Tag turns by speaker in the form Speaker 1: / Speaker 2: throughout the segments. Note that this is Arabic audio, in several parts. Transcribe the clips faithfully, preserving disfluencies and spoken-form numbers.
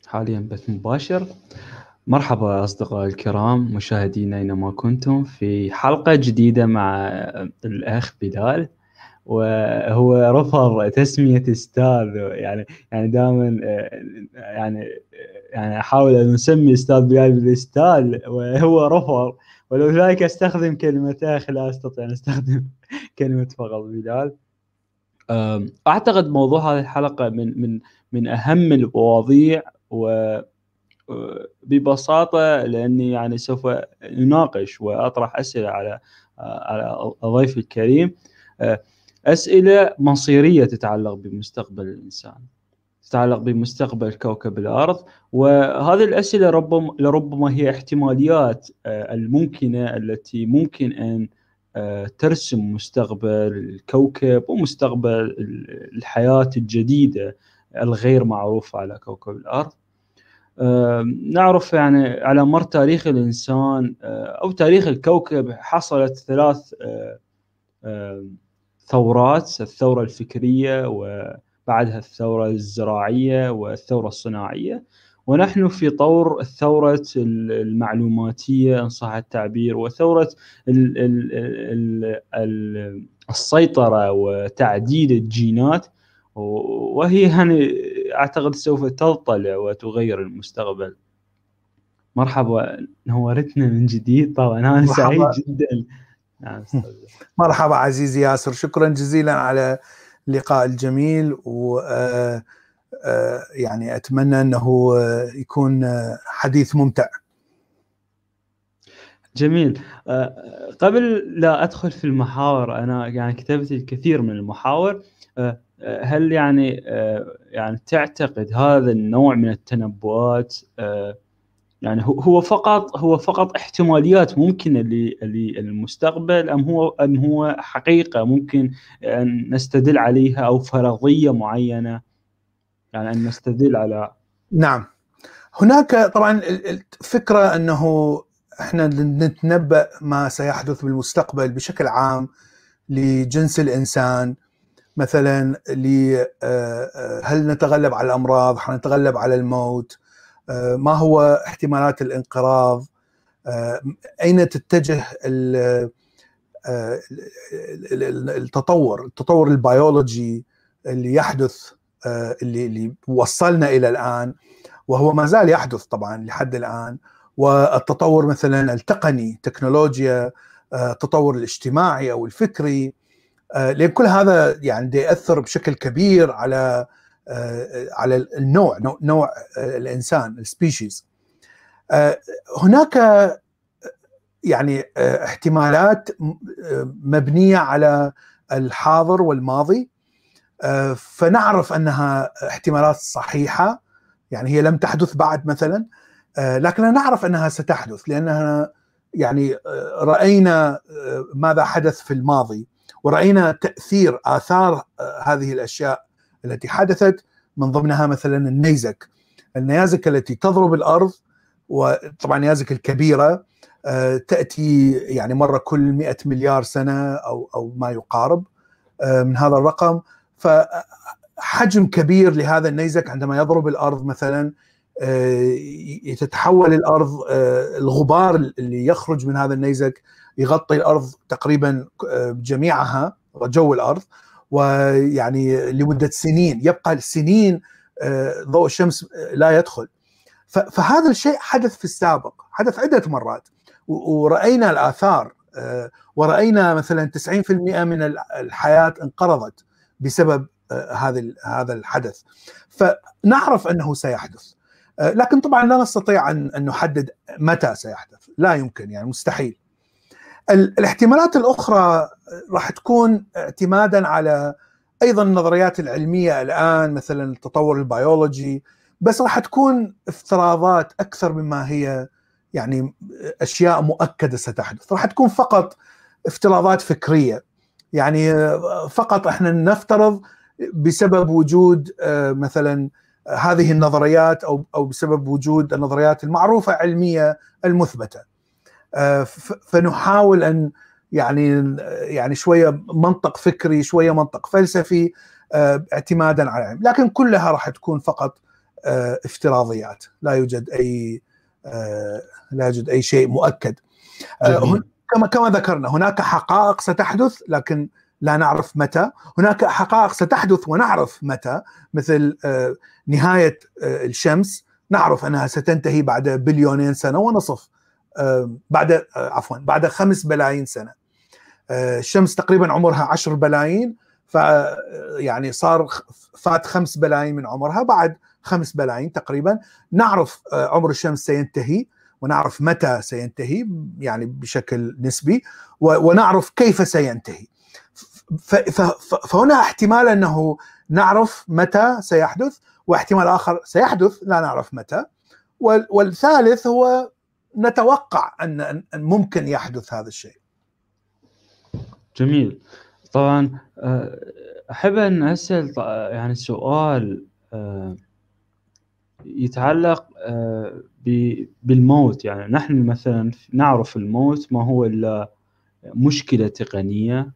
Speaker 1: حاليا بث مباشر. مرحبا أصدقائي الكرام مشاهدينا أينما كنتم في حلقة جديدة مع الأخ بلال. وهو رفض تسمية أستاذ، يعني يعني دائما يعني يعني أحاول أن أسمي أستاذ بلال بالأستاذ وهو رفض، ولذلك أستخدم كلمة أخ، لا أستطيع أن أستخدم كلمة فقط بلال. أعتقد موضوع هذه الحلقة من من من أهم المواضيع، و ببساطة لأني يعني سوف نناقش وأطرح أسئلة على على ضيفي الكريم، أسئلة مصيرية تتعلق بمستقبل الإنسان، تتعلق بمستقبل كوكب الأرض. وهذه الأسئلة ربما لربما هي احتماليات الممكنة التي ممكن أن ترسم مستقبل الكوكب ومستقبل الحياة الجديدة الغير معروفة على كوكب الأرض. أه نعرف يعني على مر تاريخ الإنسان أه أو تاريخ الكوكب حصلت ثلاث أه أه ثورات: الثورة الفكرية، وبعدها الثورة الزراعية، والثورة الصناعية. ونحن في طور الثورة المعلوماتية إن صح التعبير، وثورة ال ال ال ال السيطرة وتعديل الجينات، وهي يعني أعتقد سوف تطلع وتغير المستقبل. مرحبا، نورتنا من جديد. طبعا أنا
Speaker 2: مرحبا.
Speaker 1: سعيد جدا. نعم
Speaker 2: مرحبا عزيزي ياسر، شكرا جزيلا على اللقاء الجميل، و يعني أتمنى أنه يكون حديث ممتع.
Speaker 1: جميل. قبل لا أدخل في المحاور، أنا يعني كتبت الكثير من المحاور. هل يعني يعني تعتقد هذا النوع من التنبؤات يعني هو فقط هو فقط احتماليات ممكنة للمستقبل، أم هو أم هو حقيقة ممكن أن نستدل عليها، أو فرضية معينة يعني أن نستدل على؟
Speaker 2: نعم، هناك طبعا الفكرة أنه احنا نتنبأ ما سيحدث بالمستقبل بشكل عام لجنس الإنسان. مثلا هل نتغلب على الأمراض؟ هل نتغلب على الموت؟ ما هو احتمالات الانقراض؟ أين تتجه التطور التطور البيولوجي اللي يحدث، اللي اللي وصلنا إلى الآن، وهو ما زال يحدث طبعا لحد الآن. والتطور مثلا التقني، تكنولوجيا، التطور الاجتماعي أو الفكري، لأن كل هذا يعني يأثر بشكل كبير على على النوع نوع الإنسان، السبيشيز. هناك يعني احتمالات مبنية على الحاضر والماضي، فنعرف أنها احتمالات صحيحة، يعني هي لم تحدث بعد مثلا، لكن نعرف أنها ستحدث لأنها يعني رأينا ماذا حدث في الماضي، ورأينا تأثير آثار هذه الأشياء التي حدثت، من ضمنها مثلا النيزك النيازك التي تضرب الأرض، وطبعا النيازك الكبيرة تأتي يعني مرة كل مئة مليار سنة أو أو ما يقارب من هذا الرقم. فحجم كبير لهذا النيزك عندما يضرب الأرض مثلا، تتحول الأرض، الغبار اللي يخرج من هذا النيزك يغطي الأرض تقريبا جميعها، جو الأرض، ويعني لمدة سنين، يبقى السنين ضوء الشمس لا يدخل. فهذا الشيء حدث في السابق، حدث عدة مرات، ورأينا الآثار، ورأينا مثلا تسعين بالمئة من الحياة انقرضت بسبب هذا هذا الحدث. فنعرف أنه سيحدث، لكن طبعا لا نستطيع أن نحدد متى سيحدث، لا يمكن، يعني مستحيل. الاحتمالات الأخرى راح تكون اعتمادا على أيضا النظريات العلمية الآن، مثلا التطور البيولوجي، بس راح تكون افتراضات أكثر مما هي يعني أشياء مؤكدة ستحدث. راح تكون فقط افتراضات فكرية، يعني فقط احنا نفترض بسبب وجود مثلا هذه النظريات، أو أو بسبب وجود النظريات المعروفة علمية المثبتة، فنحاول أن يعني يعني شوية منطق فكري، شوية منطق فلسفي، اعتمادا على العلم، لكن كلها راح تكون فقط افتراضيات، لا يوجد أي لا يوجد أي شيء مؤكد. كما كما ذكرنا هناك حقائق ستحدث لكن لا نعرف متى، هناك حقائق ستحدث ونعرف متى، مثل نهاية الشمس نعرف أنها ستنتهي بعد بليونين سنة ونصف، بعد عفوا بعد خمس بلايين سنة. الشمس تقريبا عمرها عشر بلايين، ف يعني صار فات خمس بلايين من عمرها، بعد خمس بلايين تقريبا نعرف عمر الشمس سينتهي ونعرف متى سينتهي يعني بشكل نسبي، ونعرف كيف سينتهي. فهنا احتمال أنه نعرف متى سيحدث، واحتمال آخر سيحدث لا نعرف متى، والثالث هو نتوقع أن ممكن يحدث هذا الشيء.
Speaker 1: جميل. طبعا أحب أن أسأل يعني سؤال يتعلق بالموت. يعني نحن مثلا نعرف الموت ما هو إلا مشكلة تقنية،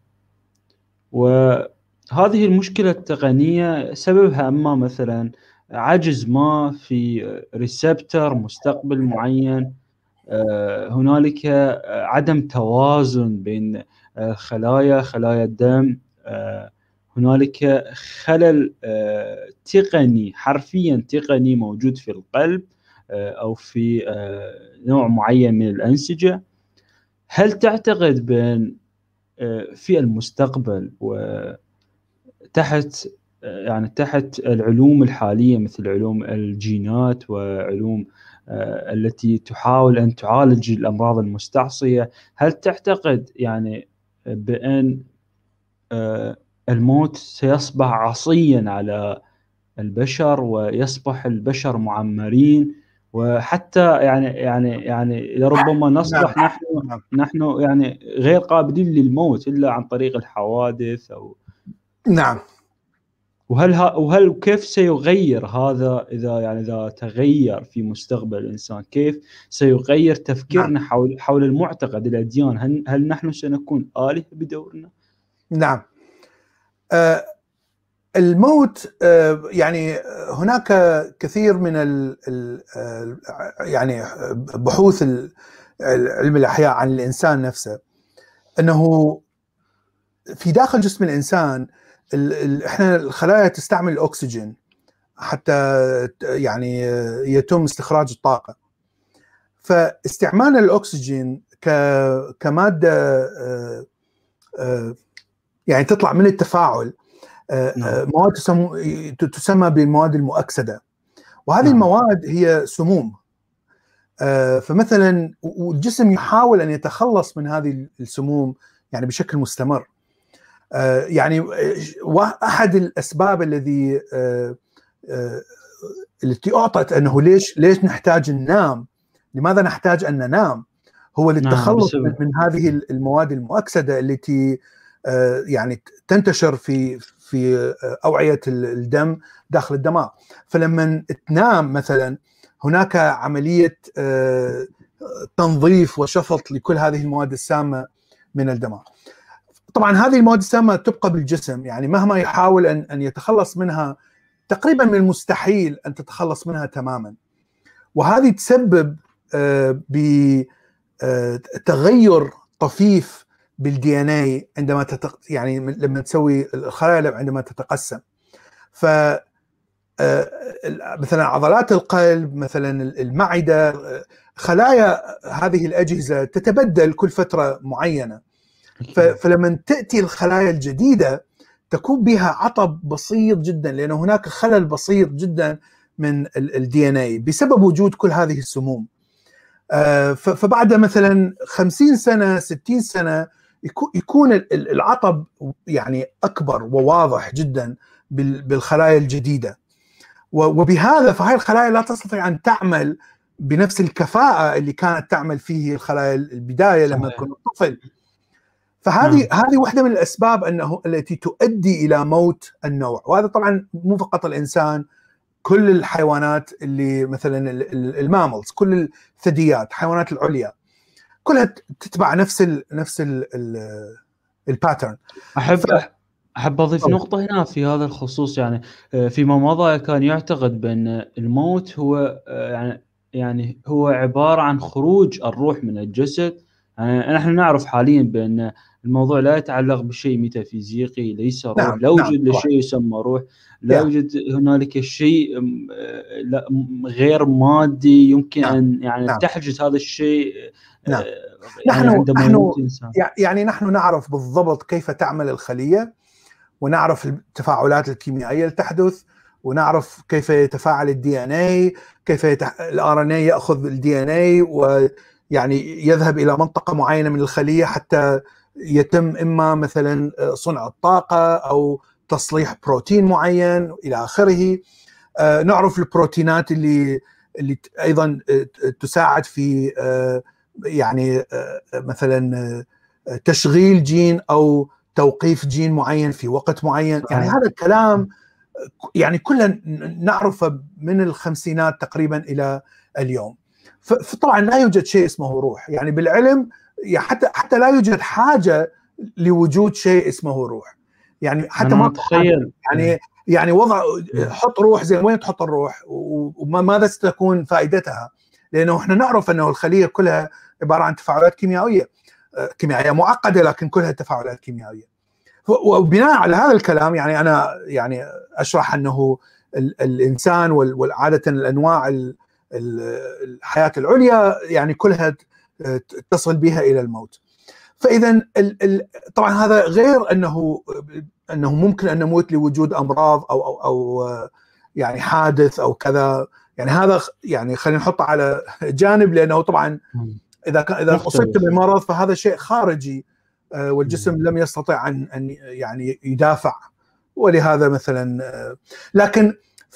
Speaker 1: وهذه المشكلة التقنية سببها أما مثلا عجز ما في ريسبتر مستقبل معين، هنالك عدم توازن بين خلايا خلايا الدم، هنالك خلل تقني حرفيا تقني موجود في القلب أو في نوع معين من الأنسجة. هل تعتقد بأن في المستقبل وتحت يعني تحت العلوم الحالية مثل علوم الجينات وعلوم التي تحاول أن تعالج الأمراض المستعصية، هل تعتقد يعني بأن الموت سيصبح عصيا على البشر ويصبح البشر معمرين، وحتى يعني يعني يعني لربما نصبح نحن نحن يعني غير قابلين للموت إلا عن طريق الحوادث أو
Speaker 2: نعم.
Speaker 1: وهل وهل كيف سيغير هذا إذا يعني إذا تغير في مستقبل الإنسان؟ كيف سيغير تفكيرنا نعم. حول حول المعتقد الأديان؟ هل هل نحن سنكون آلهة بدورنا؟
Speaker 2: نعم. آه الموت آه يعني هناك كثير من ال ال يعني بحوث علم الأحياء عن الإنسان نفسه، أنه في داخل جسم الإنسان احنا الخلايا تستعمل الأكسجين حتى يعني يتم استخراج الطاقة، فاستعمال الأكسجين كمادة يعني تطلع من التفاعل مواد تسمى بالمواد المؤكسدة، وهذه نعم. المواد هي سموم. فمثلا الجسم يحاول أن يتخلص من هذه السموم يعني بشكل مستمر. يعني أحد الأسباب الذي التي أعطت أنه ليش ليش نحتاج ننام، لماذا نحتاج أن ننام، هو للتخلص نعم. من هذه المواد المؤكسدة التي يعني تنتشر في في أوعية الدم داخل الدماغ. فلما تنام مثلا هناك عملية تنظيف وشفط لكل هذه المواد السامة من الدماغ. طبعا هذه المواد السامة تبقى بالجسم، يعني مهما يحاول أن أن يتخلص منها تقريبا من المستحيل أن تتخلص منها تماما، وهذه تسبب بتغير طفيف بالدي ان اي عندما تتق... يعني لما تسوي الخلايا عندما تتقسم. ف مثلا عضلات القلب مثلا المعدة، خلايا هذه الأجهزة تتبدل كل فترة معينة، فلما تأتي الخلايا الجديدة تكون بها عطب بسيط جدا، لأن هناك خلل بسيط جدا من الدي ان اي بسبب وجود كل هذه السموم. فبعد مثلا خمسين سنة ستين سنة يكون العطب يعني أكبر وواضح جدا بالخلايا الجديدة، وبهذا فهي الخلايا لا تستطيع أن تعمل بنفس الكفاءة اللي كانت تعمل فيه الخلايا البداية لما كنا طفل. فهذه هذه واحدة من الأسباب أنه التي تؤدي إلى موت النوع، وهذا طبعا مو فقط الإنسان، كل الحيوانات اللي مثلا الماملز، كل الثدييات، الحيوانات العليا كلها تتبع نفس ال نفس الباترن.
Speaker 1: احب ف... أحب أضيف
Speaker 2: طبعا.
Speaker 1: نقطة هنا في هذا الخصوص. يعني آه، فيما مضى كان يعتقد بأن الموت هو آه، يعني يعني هو عبارة عن خروج الروح من الجسد. يعني نحن نعرف حاليا بأن الموضوع لا يتعلق بشيء ميتافيزيقي، ليس روح،
Speaker 2: نعم
Speaker 1: لا
Speaker 2: نعم
Speaker 1: وجود
Speaker 2: طبعا.
Speaker 1: لشيء يسمى روح، لا
Speaker 2: يا
Speaker 1: يوجد هنالك شيء م- آه، لا م- غير مادي يمكن
Speaker 2: نعم
Speaker 1: أن يعني
Speaker 2: نعم
Speaker 1: تحدث هذا الشيء
Speaker 2: نعم.
Speaker 1: آه، يعني
Speaker 2: نحن
Speaker 1: عندما
Speaker 2: نحن
Speaker 1: يموت الإنسان.
Speaker 2: يعني نحن نعرف بالضبط كيف تعمل الخلية، ونعرف التفاعلات الكيميائية اللي تحدث، ونعرف كيف يتفاعل الدي ان اي، كيف الار ان اي ياخذ الدي ان اي ويعني يذهب الى منطقة معينة من الخلية حتى يتم اما مثلا صنع الطاقة او تصليح بروتين معين الى اخره. آه، نعرف البروتينات اللي اللي ايضا تساعد في آه، يعني آه، مثلا آه، تشغيل جين او توقيف جين معين في وقت معين. يعني
Speaker 1: صحيح.
Speaker 2: هذا الكلام يعني كلنا نعرفه من الخمسينات تقريبا الى اليوم. فطبعا لا يوجد شيء اسمه روح، يعني بالعلم حتى حتى لا يوجد حاجه لوجود شيء اسمه روح، يعني حتى
Speaker 1: أنا
Speaker 2: ما حاجه.
Speaker 1: أتخيل
Speaker 2: يعني يعني وضع حط روح زين، وين تحط الروح وماذا ستكون فائدتها؟ لانه احنا نعرف انه الخليه كلها عباره عن تفاعلات كيميائيه كيميائيه معقده، لكن كلها تفاعلات كيميائيه. وبناء على هذا الكلام يعني انا يعني اشرح انه الانسان وعاده الانواع الحياه العليا يعني كلها تصل بها الى الموت. فاذا طبعا هذا غير انه انه ممكن ان نموت لوجود امراض او او او يعني حادث او كذا. يعني هذا يعني خلينا نحطه على جانب، لانه طبعا اذا كان اذا اصبت بمرض فهذا شيء خارجي والجسم لم يستطع ان ان يعني يدافع، ولهذا مثلا. لكن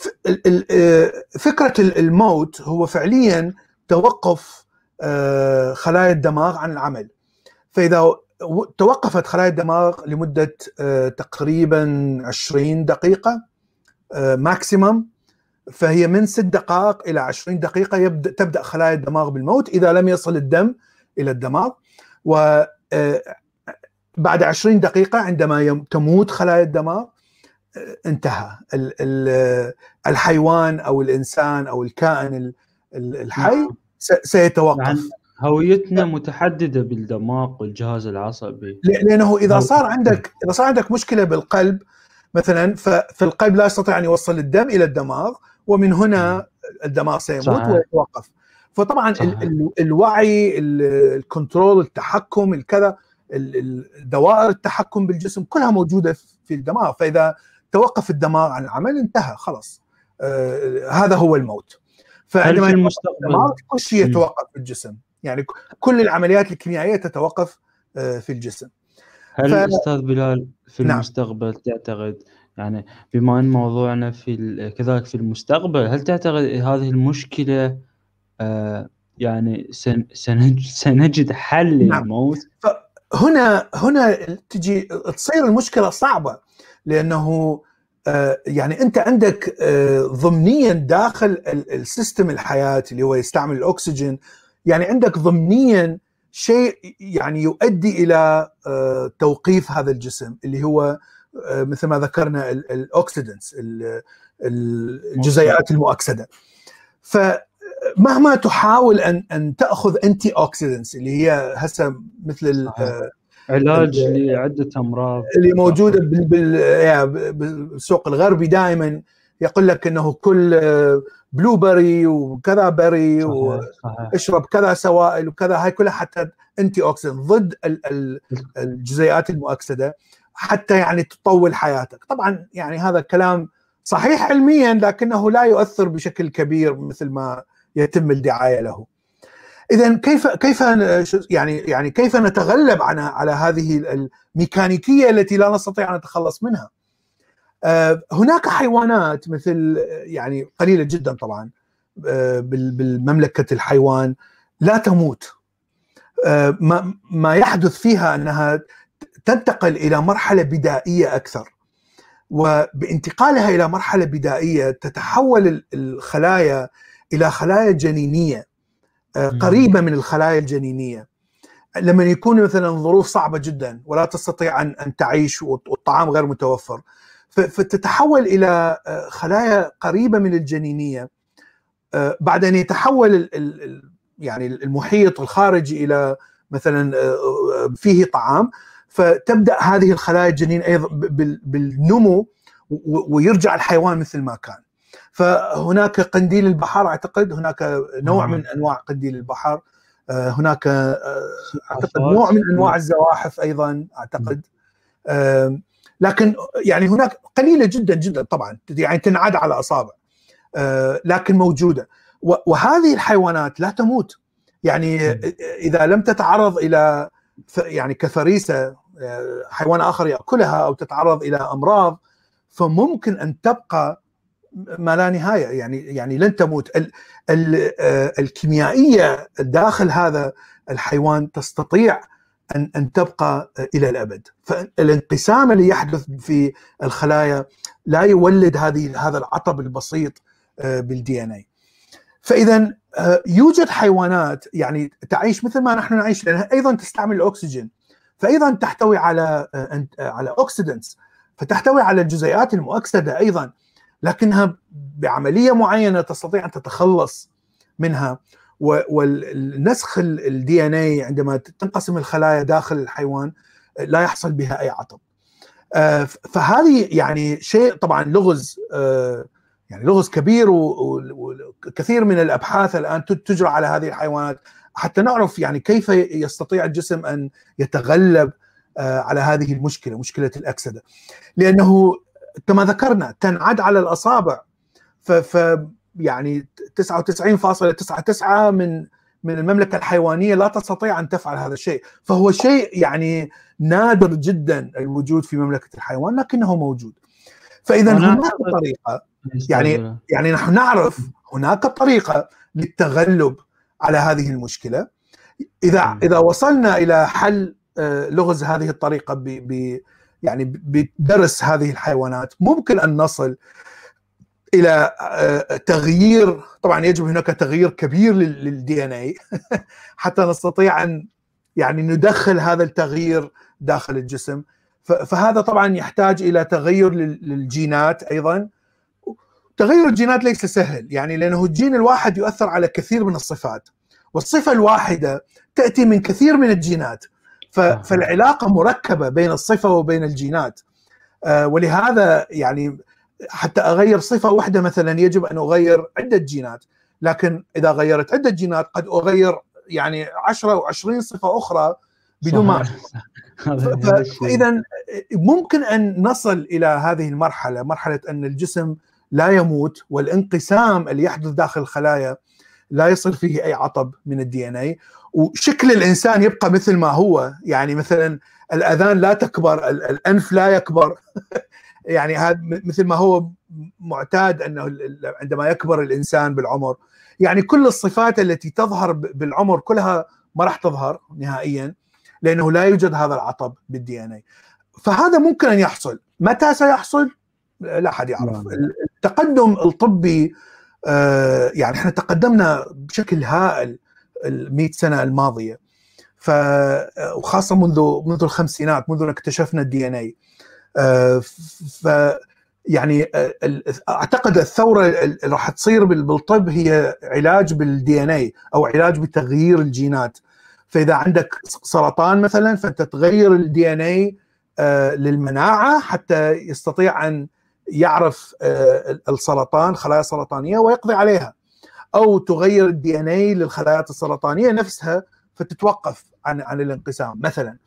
Speaker 2: فكره الموت هو فعليا توقف خلايا الدماغ عن العمل. فاذا توقفت خلايا الدماغ لمده تقريبا عشرين دقيقه ماكسيمم، فهي من ست دقائق الى عشرين دقيقه يبدا تبدا خلايا الدماغ بالموت اذا لم يصل الدم الى الدماغ. و بعد عشرين دقيقة عندما تموت خلايا الدماغ انتهى الحيوان أو الإنسان أو الكائن الحي سيتوقف.
Speaker 1: يعني هويتنا متحددة بالدماغ والجهاز العصبي،
Speaker 2: لأنه إذا صار عندك إذا صار عندك مشكلة بالقلب مثلا، فالقلب لا يستطيع أن يوصل الدم إلى الدماغ، ومن هنا الدماغ سيموت صحيح. ويتوقف. فطبعا صحيح. الوعي، الكنترول، التحكم، الكذا، دوائر التحكم بالجسم كلها موجودة في الدماغ. فإذا توقف الدماغ عن العمل انتهى خلاص. آه هذا هو الموت.
Speaker 1: فعندما في المستقبل
Speaker 2: كل شيء يتوقف في الجسم، يعني كل العمليات الكيميائية تتوقف آه في الجسم.
Speaker 1: هل ف... أستاذ بلال في
Speaker 2: نعم.
Speaker 1: المستقبل تعتقد، يعني بما أن موضوعنا في كذلك في المستقبل، هل تعتقد هذه المشكلة آه يعني سن... سنج... سنجد حل
Speaker 2: نعم.
Speaker 1: للموت؟
Speaker 2: هنا هنا تجي تصير المشكلة صعبة، لأنه آه يعني أنت عندك آه ضمنيا داخل السيستم الحياة اللي هو يستعمل الأكسجين، يعني عندك ضمنيا شيء يعني يؤدي إلى آه توقيف هذا الجسم اللي هو آه مثل ما ذكرنا الأوكسيدنتس، الجزيئات المؤكسدة. فمهما تحاول أن أن تأخذ أنتي أوكسيدنتس اللي هي هسه مثل
Speaker 1: علاج لعدة أمراض
Speaker 2: اللي موجودة بالسوق الغربي، دائما يقول لك أنه كل بلو بري وكذا بري واشرب كذا سوائل وكذا، هاي كلها حتى أنتي أوكسيدنت ضد الجزيئات المؤكسدة حتى يعني تطول حياتك. طبعا يعني هذا كلام صحيح علميا، لكنه لا يؤثر بشكل كبير مثل ما يتم الدعاية له. إذن كيف كيف يعني يعني كيف نتغلب على على هذه الميكانيكية التي لا نستطيع أن نتخلص منها؟ هناك حيوانات مثل يعني قليلة جدا طبعا بالمملكة الحيوان لا تموت، ما يحدث فيها أنها تنتقل إلى مرحلة بدائية أكثر، وبانتقالها إلى مرحلة بدائية تتحول الخلايا إلى خلايا جنينية قريبة من الخلايا الجنينية. لما يكون مثلا ظروف صعبة جدا ولا تستطيع أن أن تعيش والطعام غير متوفر، فتتحول إلى خلايا قريبة من الجنينية، بعد أن يتحول يعني المحيط الخارجي إلى مثلا فيه طعام، فتبدأ هذه الخلايا الجنين أيضا بالنمو ويرجع الحيوان مثل ما كان. فهناك قنديل البحر، أعتقد هناك نوع من أنواع قنديل البحر، هناك أعتقد نوع من أنواع الزواحف أيضا أعتقد، لكن يعني هناك قليلة جدا جدا طبعا، يعني تنعد على أصابع لكن موجودة. وهذه الحيوانات لا تموت، يعني إذا لم تتعرض إلى يعني كفريسة حيوان آخر يأكلها أو تتعرض إلى أمراض، فممكن أن تبقى ما لا نهاية، يعني يعني لن تموت. ال ال الكيميائية داخل هذا الحيوان تستطيع أن أن تبقى إلى الأبد. فالانقسام اللي يحدث في الخلايا لا يولد هذه هذا العطب البسيط بالدي ان اي. فإذا يوجد حيوانات يعني تعيش مثل ما نحن نعيش، لأنها أيضا تستعمل الأكسجين، فأيضا تحتوي على على أوكسيدنتس، فتحتوي على الجزيئات المؤكسدة أيضا، لكنها بعملية معينة تستطيع أن تتخلص منها. والنسخ الدي ان اي عندما تنقسم الخلايا داخل الحيوان لا يحصل بها أي عطب. فهذه يعني شيء طبعا لغز، يعني لغز كبير، وكثير من الأبحاث الآن تجرى على هذه الحيوانات حتى نعرف يعني كيف يستطيع الجسم أن يتغلب على هذه المشكلة، مشكلة الأكسدة، لأنه كما ذكرنا تنعد على الأصابع. ف يعني تسعة وتسعين فاصلة تسعة تسعة من من المملكة الحيوانية لا تستطيع أن تفعل هذا الشيء، فهو شيء يعني نادر جدا الوجود في مملكة الحيوان، لكنه موجود. فإذا هناك طريقة، يعني يعني نحن نعرف هناك طريقة للتغلب على هذه المشكلة. إذا إذا وصلنا إلى حل لغز هذه الطريقة ب ب يعني بدرس هذه الحيوانات، ممكن أن نصل إلى تغيير. طبعا يجب هناك تغيير كبير للدي ان اي حتى نستطيع أن يعني ندخل هذا التغيير داخل الجسم. فهذا طبعا يحتاج إلى تغير للجينات أيضا. تغير الجينات ليس سهل، يعني لأنه الجين الواحد يؤثر على كثير من الصفات، والصفة الواحدة تأتي من كثير من الجينات، فالعلاقة مركبة بين الصفة وبين الجينات. ولهذا يعني حتى أغير صفة واحدة مثلا يجب أن أغير عدة جينات، لكن إذا غيرت عدة جينات قد أغير يعني عشرة وعشرين صفة أخرى بدون ما. فإذا ممكن أن نصل إلى هذه المرحلة، مرحلة أن الجسم لا يموت، والانقسام اللي يحدث داخل الخلايا لا يصير فيه أي عطب من الدي ان اي، وشكل الإنسان يبقى مثل ما هو. يعني مثلا الأذان لا تكبر، الأنف لا يكبر يعني هذا مثل ما هو معتاد أنه عندما يكبر الإنسان بالعمر، يعني كل الصفات التي تظهر بالعمر كلها ما راح تظهر نهائيا، لأنه لا يوجد هذا العطب بالدي ان اي. فهذا ممكن أن يحصل. متى سيحصل؟ لا أحد يعرف. التقدم الطبي يعني احنا تقدمنا بشكل هائل المئة سنة الماضية، وخاصة منذ منذ الخمسينات، منذ اكتشفنا الدي ان اي. ف يعني اعتقد الثورة اللي راح تصير بالطب هي علاج بالدي ان اي او علاج بتغيير الجينات. فإذا عندك سرطان مثلا فأنت تغير الدي ان اي للمناعة حتى يستطيع أن يعرف السرطان خلايا سرطانية ويقضي عليها، أو تغير الدي ان اي للخلايا السرطانية نفسها فتتوقف عن عن الانقسام مثلا.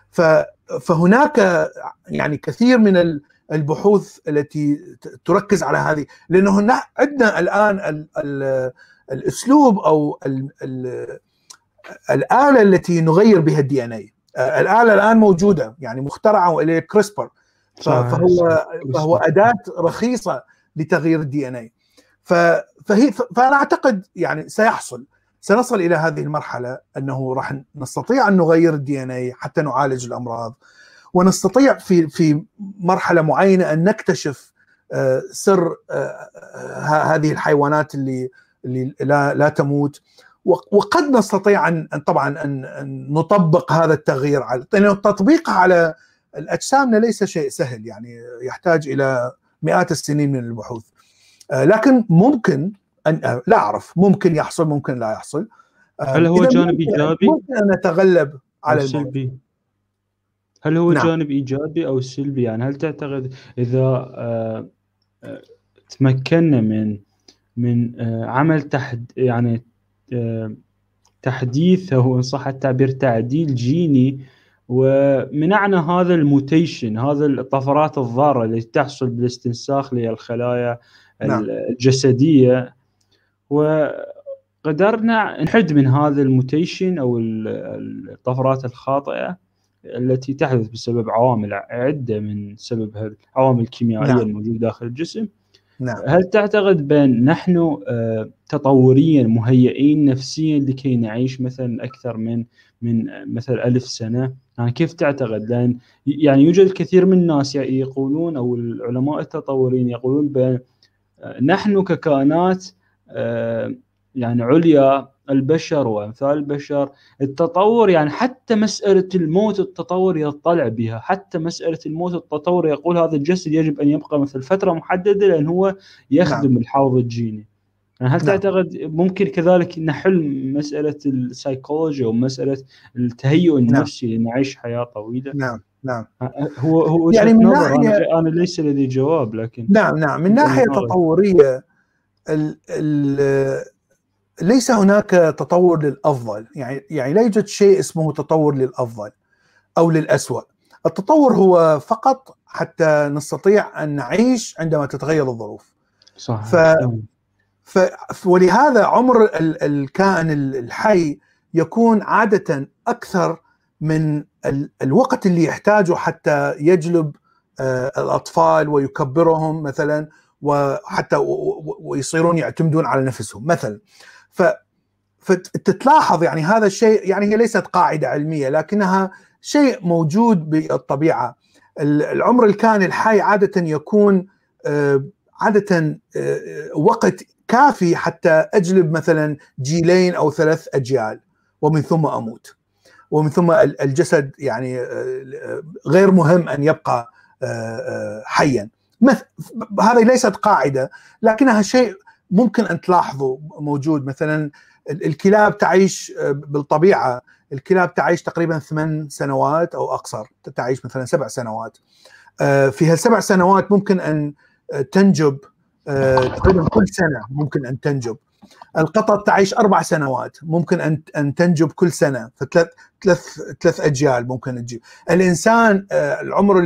Speaker 2: فهناك يعني كثير من البحوث التي تركز على هذه، لأنه عندنا الآن ال ال الأسلوب أو ال ال الآلة التي نغير بها الدي ان اي. الآلة الآن موجودة يعني مخترعة، وإليه كريسبر، فهو فهو أداة رخيصة لتغيير الدي ان اي. فهي فأنا أعتقد يعني سيحصل سنصل إلى هذه المرحلة أنه راح نستطيع أن نغير الدي ان اي حتى نعالج الأمراض، ونستطيع في في مرحلة معينة أن نكتشف سر هذه الحيوانات اللي اللي لا لا تموت، وقد نستطيع ان طبعا ان نطبق هذا التغيير على لانه تطبيقه على الاجسامنا ليس شيء سهل، يعني يحتاج الى مئات السنين من البحوث، لكن ممكن ان لا اعرف، ممكن يحصل ممكن لا يحصل.
Speaker 1: هل هو جانب ايجابي؟
Speaker 2: ممكن ان نتغلب على الموت.
Speaker 1: هل هو
Speaker 2: نعم.
Speaker 1: جانب ايجابي او سلبي؟ يعني هل تعتقد اذا آه آه تمكنا من من آه عمل تحد يعني آه تحديث، او ان صح التعبير تعديل جيني، ومنعنا هذا الموتيشن، هذا الطفرات الضاره اللي تحصل بالاستنساخ للخلايا
Speaker 2: نعم.
Speaker 1: الجسديه، وقدرنا نحد من هذا الموتيشن او الطفرات الخاطئه التي تحدث بسبب عوامل عده من سبب العوامل الكيميائيه
Speaker 2: نعم.
Speaker 1: الموجوده داخل الجسم.
Speaker 2: نعم.
Speaker 1: هل تعتقد بأن نحن تطوريا مهيئين نفسيا لكي نعيش مثلا أكثر من من مثلا ألف سنة؟ يعني كيف تعتقد؟ لأن يعني يوجد الكثير من الناس يقولون، أو العلماء التطوريين يقولون بأن نحن ككائنات يعني عليا، البشر وأمثال البشر، التطور يعني حتى مسألة الموت التطور يطلع بها، حتى مسألة الموت التطور يقول هذا الجسد يجب أن يبقى مثل فترة محددة لأن هو يخدم
Speaker 2: نعم.
Speaker 1: الحوض الجيني. يعني هل
Speaker 2: نعم.
Speaker 1: تعتقد ممكن كذلك نحل مسألة السايكولوجيا ومسألة التهيؤ النفسي لنعيش حياة طويلة؟
Speaker 2: نعم. نعم.
Speaker 1: هو هو وجهة
Speaker 2: يعني من
Speaker 1: نظر،
Speaker 2: ناحية
Speaker 1: أنا أنا ليس لدي جواب، لكن
Speaker 2: نعم نعم من ناحية تطورية ال ال ليس هناك تطور للأفضل، يعني يعني لا يوجد شيء اسمه تطور للأفضل أو للأسوأ. التطور هو فقط حتى نستطيع أن نعيش عندما تتغير الظروف.
Speaker 1: صح.
Speaker 2: ف... ف... ولهذا عمر ال... الكائن الحي يكون عادة أكثر من ال... الوقت اللي يحتاجه حتى يجلب آه الأطفال ويكبرهم مثلا، وحتى و... ويصيرون يعتمدون على نفسهم مثلا. ف... فتتلاحظ يعني هذا الشيء، يعني هي ليست قاعدة علمية لكنها شيء موجود بالطبيعة. العمر الكائن الحي عادة يكون عادة وقت كافي حتى أجلب مثلا جيلين أو ثلاث أجيال ومن ثم أموت، ومن ثم الجسد يعني غير مهم أن يبقى حيا. هذه ليست قاعدة لكنها شيء ممكن أن تلاحظوا موجود. مثلا الكلاب تعيش بالطبيعة، الكلاب تعيش تقريبا ثمان سنوات أو أقصر، تعيش مثلا سبع سنوات. في هالسبع سنوات ممكن أن تنجب تقريبا كل سنة، ممكن أن تنجب. القطط تعيش أربع سنوات، ممكن أن أن تنجب كل سنة، فثلاث ثلاث ثلاث أجيال ممكن تجيب. الإنسان العمر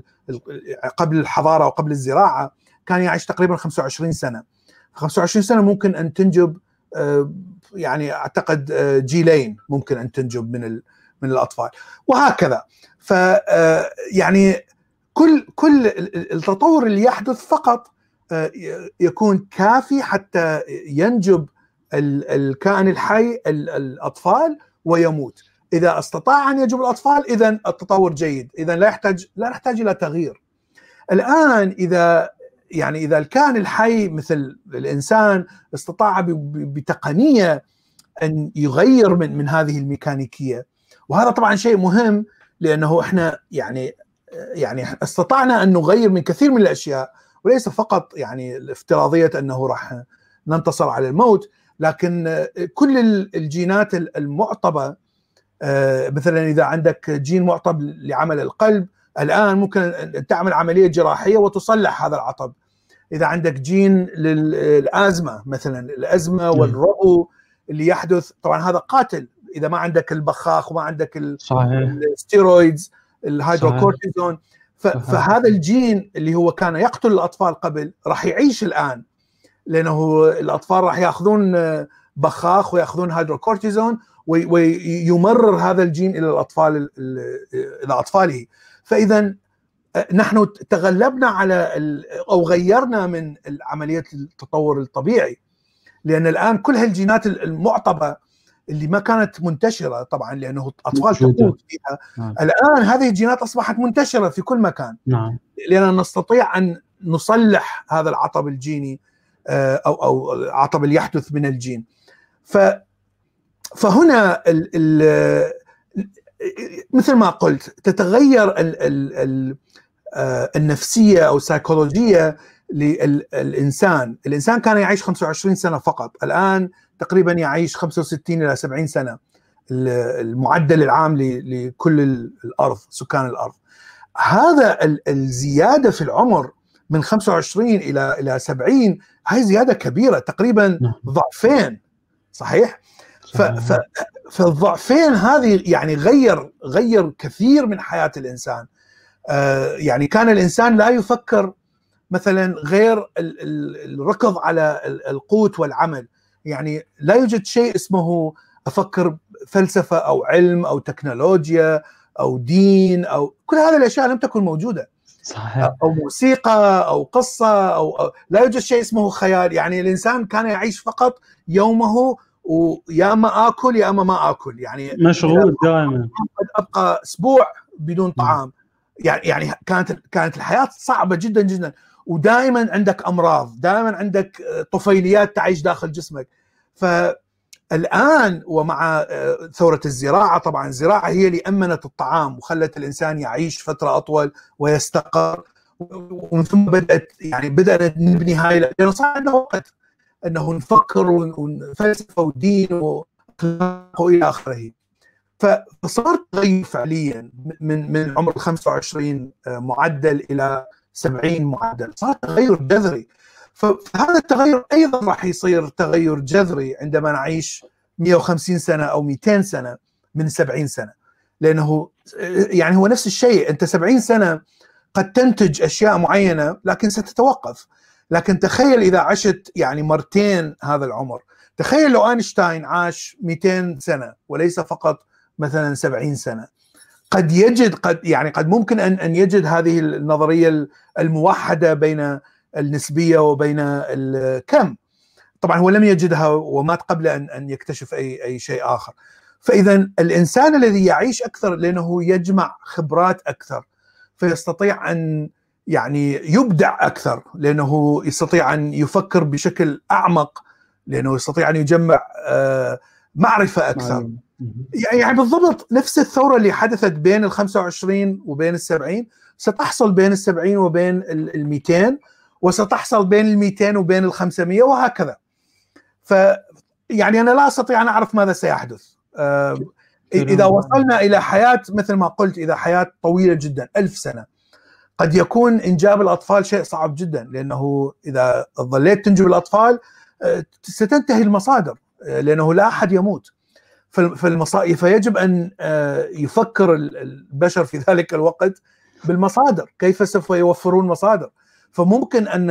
Speaker 2: قبل الحضارة وقبل الزراعة كان يعيش تقريبا خمسة وعشرين سنة. خمسة وعشرين سنة ممكن أن تنجب يعني أعتقد جيلين ممكن أن تنجب من من الأطفال، وهكذا. ف يعني كل كل التطور اللي يحدث فقط يكون كافي حتى ينجب الكائن الحي الأطفال ويموت. إذا استطاع أن ينجب الأطفال إذن التطور جيد، إذن لا يحتاج لا نحتاج إلى تغيير. الآن إذا يعني إذا الكائن الحي مثل الإنسان استطاع بتقنية أن يغير من من هذه الميكانيكية، وهذا طبعا شيء مهم لأنه إحنا يعني يعني استطعنا أن نغير من كثير من الأشياء، وليس فقط يعني افتراضية أنه راح ننتصر على الموت، لكن كل الجينات المعطبة. مثلا إذا عندك جين معطب لعمل القلب الآن ممكن أن تعمل عملية جراحية وتصلح هذا العطب. إذا عندك جين للأزمة مثلا، الأزمة والربو اللي يحدث طبعا هذا قاتل إذا ما عندك البخاخ وما عندك الستيرويدز الهيدروكورتيزون. فهذا الجين اللي هو كان يقتل الأطفال قبل راح يعيش الآن، لأنه الأطفال راح يأخذون بخاخ ويأخذون هيدروكورتيزون ويمرر هذا الجين إلى الأطفال إلى أطفاله. فإذا نحن تغلبنا على أو غيرنا من عملية التطور الطبيعي، لأن الآن كل هالجينات المعطبة اللي ما كانت منتشرة طبعا لأنه أطفال تموت فيها، نعم. الآن هذه الجينات أصبحت منتشرة في كل مكان، نعم. لأننا نستطيع أن نصلح هذا العطب الجيني أو أو العطب اللي يحدث من الجين. ف فهنا ال ال مثل ما قلت تتغير ال ال ال النفسية أو السيكولوجية للإنسان. الإنسان كان يعيش خمسة وعشرين سنة فقط، الآن تقريبا يعيش خمسة وستين إلى سبعين سنة المعدل العام لكل الأرض، سكان الأرض. هذا الزيادة في العمر من خمسة وعشرين إلى إلى سبعين هاي زيادة كبيرة، تقريبا ضعفين. صحيح؟ فالضعفين هذه يعني غير غير كثير من حياة الإنسان. آه يعني كان الإنسان لا يفكر مثلا غير الركض على القوت والعمل، يعني لا يوجد شيء اسمه أفكر فلسفة أو علم أو تكنولوجيا أو دين، أو كل هذه الأشياء لم تكن موجودة.
Speaker 1: صحيح.
Speaker 2: أو موسيقى أو قصة أو, أو لا يوجد شيء اسمه خيال. يعني الإنسان كان يعيش فقط يومه، ويا اما اكل يا اما ما اكل، يعني
Speaker 1: مشغول دائما،
Speaker 2: قد ابقى اسبوع بدون طعام. يعني يعني كانت كانت الحياه صعبه جدا جدا، ودائما عندك امراض، دائما عندك طفيليات تعيش داخل جسمك. فالان ومع ثوره الزراعه، طبعا الزراعه هي اللي امنت الطعام وخلت الانسان يعيش فتره اطول ويستقر، ومن ثم بدات يعني بدات نبني هاي، لانه صار عندنا وقت انه نفكر ونفلسفه ودين واخلاق والى اخره. فصار تغير فعليا من من عمر خمسة وعشرين معدل الى سبعين معدل، صار تغير جذري. فهذا التغير ايضا راح يصير تغير جذري عندما نعيش مئة وخمسين سنه او مئتين سنه من سبعين سنه، لانه يعني هو نفس الشيء. انت سبعين سنه قد تنتج اشياء معينه لكن ستتوقف. لكن تخيل إذا عشت يعني مرتين هذا العمر، تخيل لو أينشتاين عاش مئتين سنة وليس فقط مثلا سبعين سنة، قد يجد قد يعني قد ممكن أن أن يجد هذه النظرية الموحدة بين النسبية وبين الكم. طبعا هو لم يجدها ومات قبل أن أن يكتشف أي أي شيء آخر. فإذا الإنسان الذي يعيش أكثر لأنه يجمع خبرات أكثر، فيستطيع أن يعني يبدع أكثر، لأنه يستطيع أن يفكر بشكل أعمق، لأنه يستطيع أن يجمع معرفة أكثر. يعني بالضبط نفس الثورة اللي حدثت بين ال خمسة وعشرين وبين السبعين ستحصل بين السبعين وبين المئتين، وستحصل بين المئتين وبين الخمسمية، وهكذا. فيعني أنا لا أستطيع أن أعرف ماذا سيحدث. إذا وصلنا إلى حياة مثل ما قلت، إذا حياة طويلة جدا ألف سنة، قد يكون إنجاب الأطفال شيء صعب جدا، لأنه إذا ظليت تنجب الأطفال ستنتهي المصادر، لأنه لا أحد يموت. فالمصائب فيجب أن يفكر البشر في ذلك الوقت بالمصادر، كيف سوف يوفرون مصادر. فممكن أن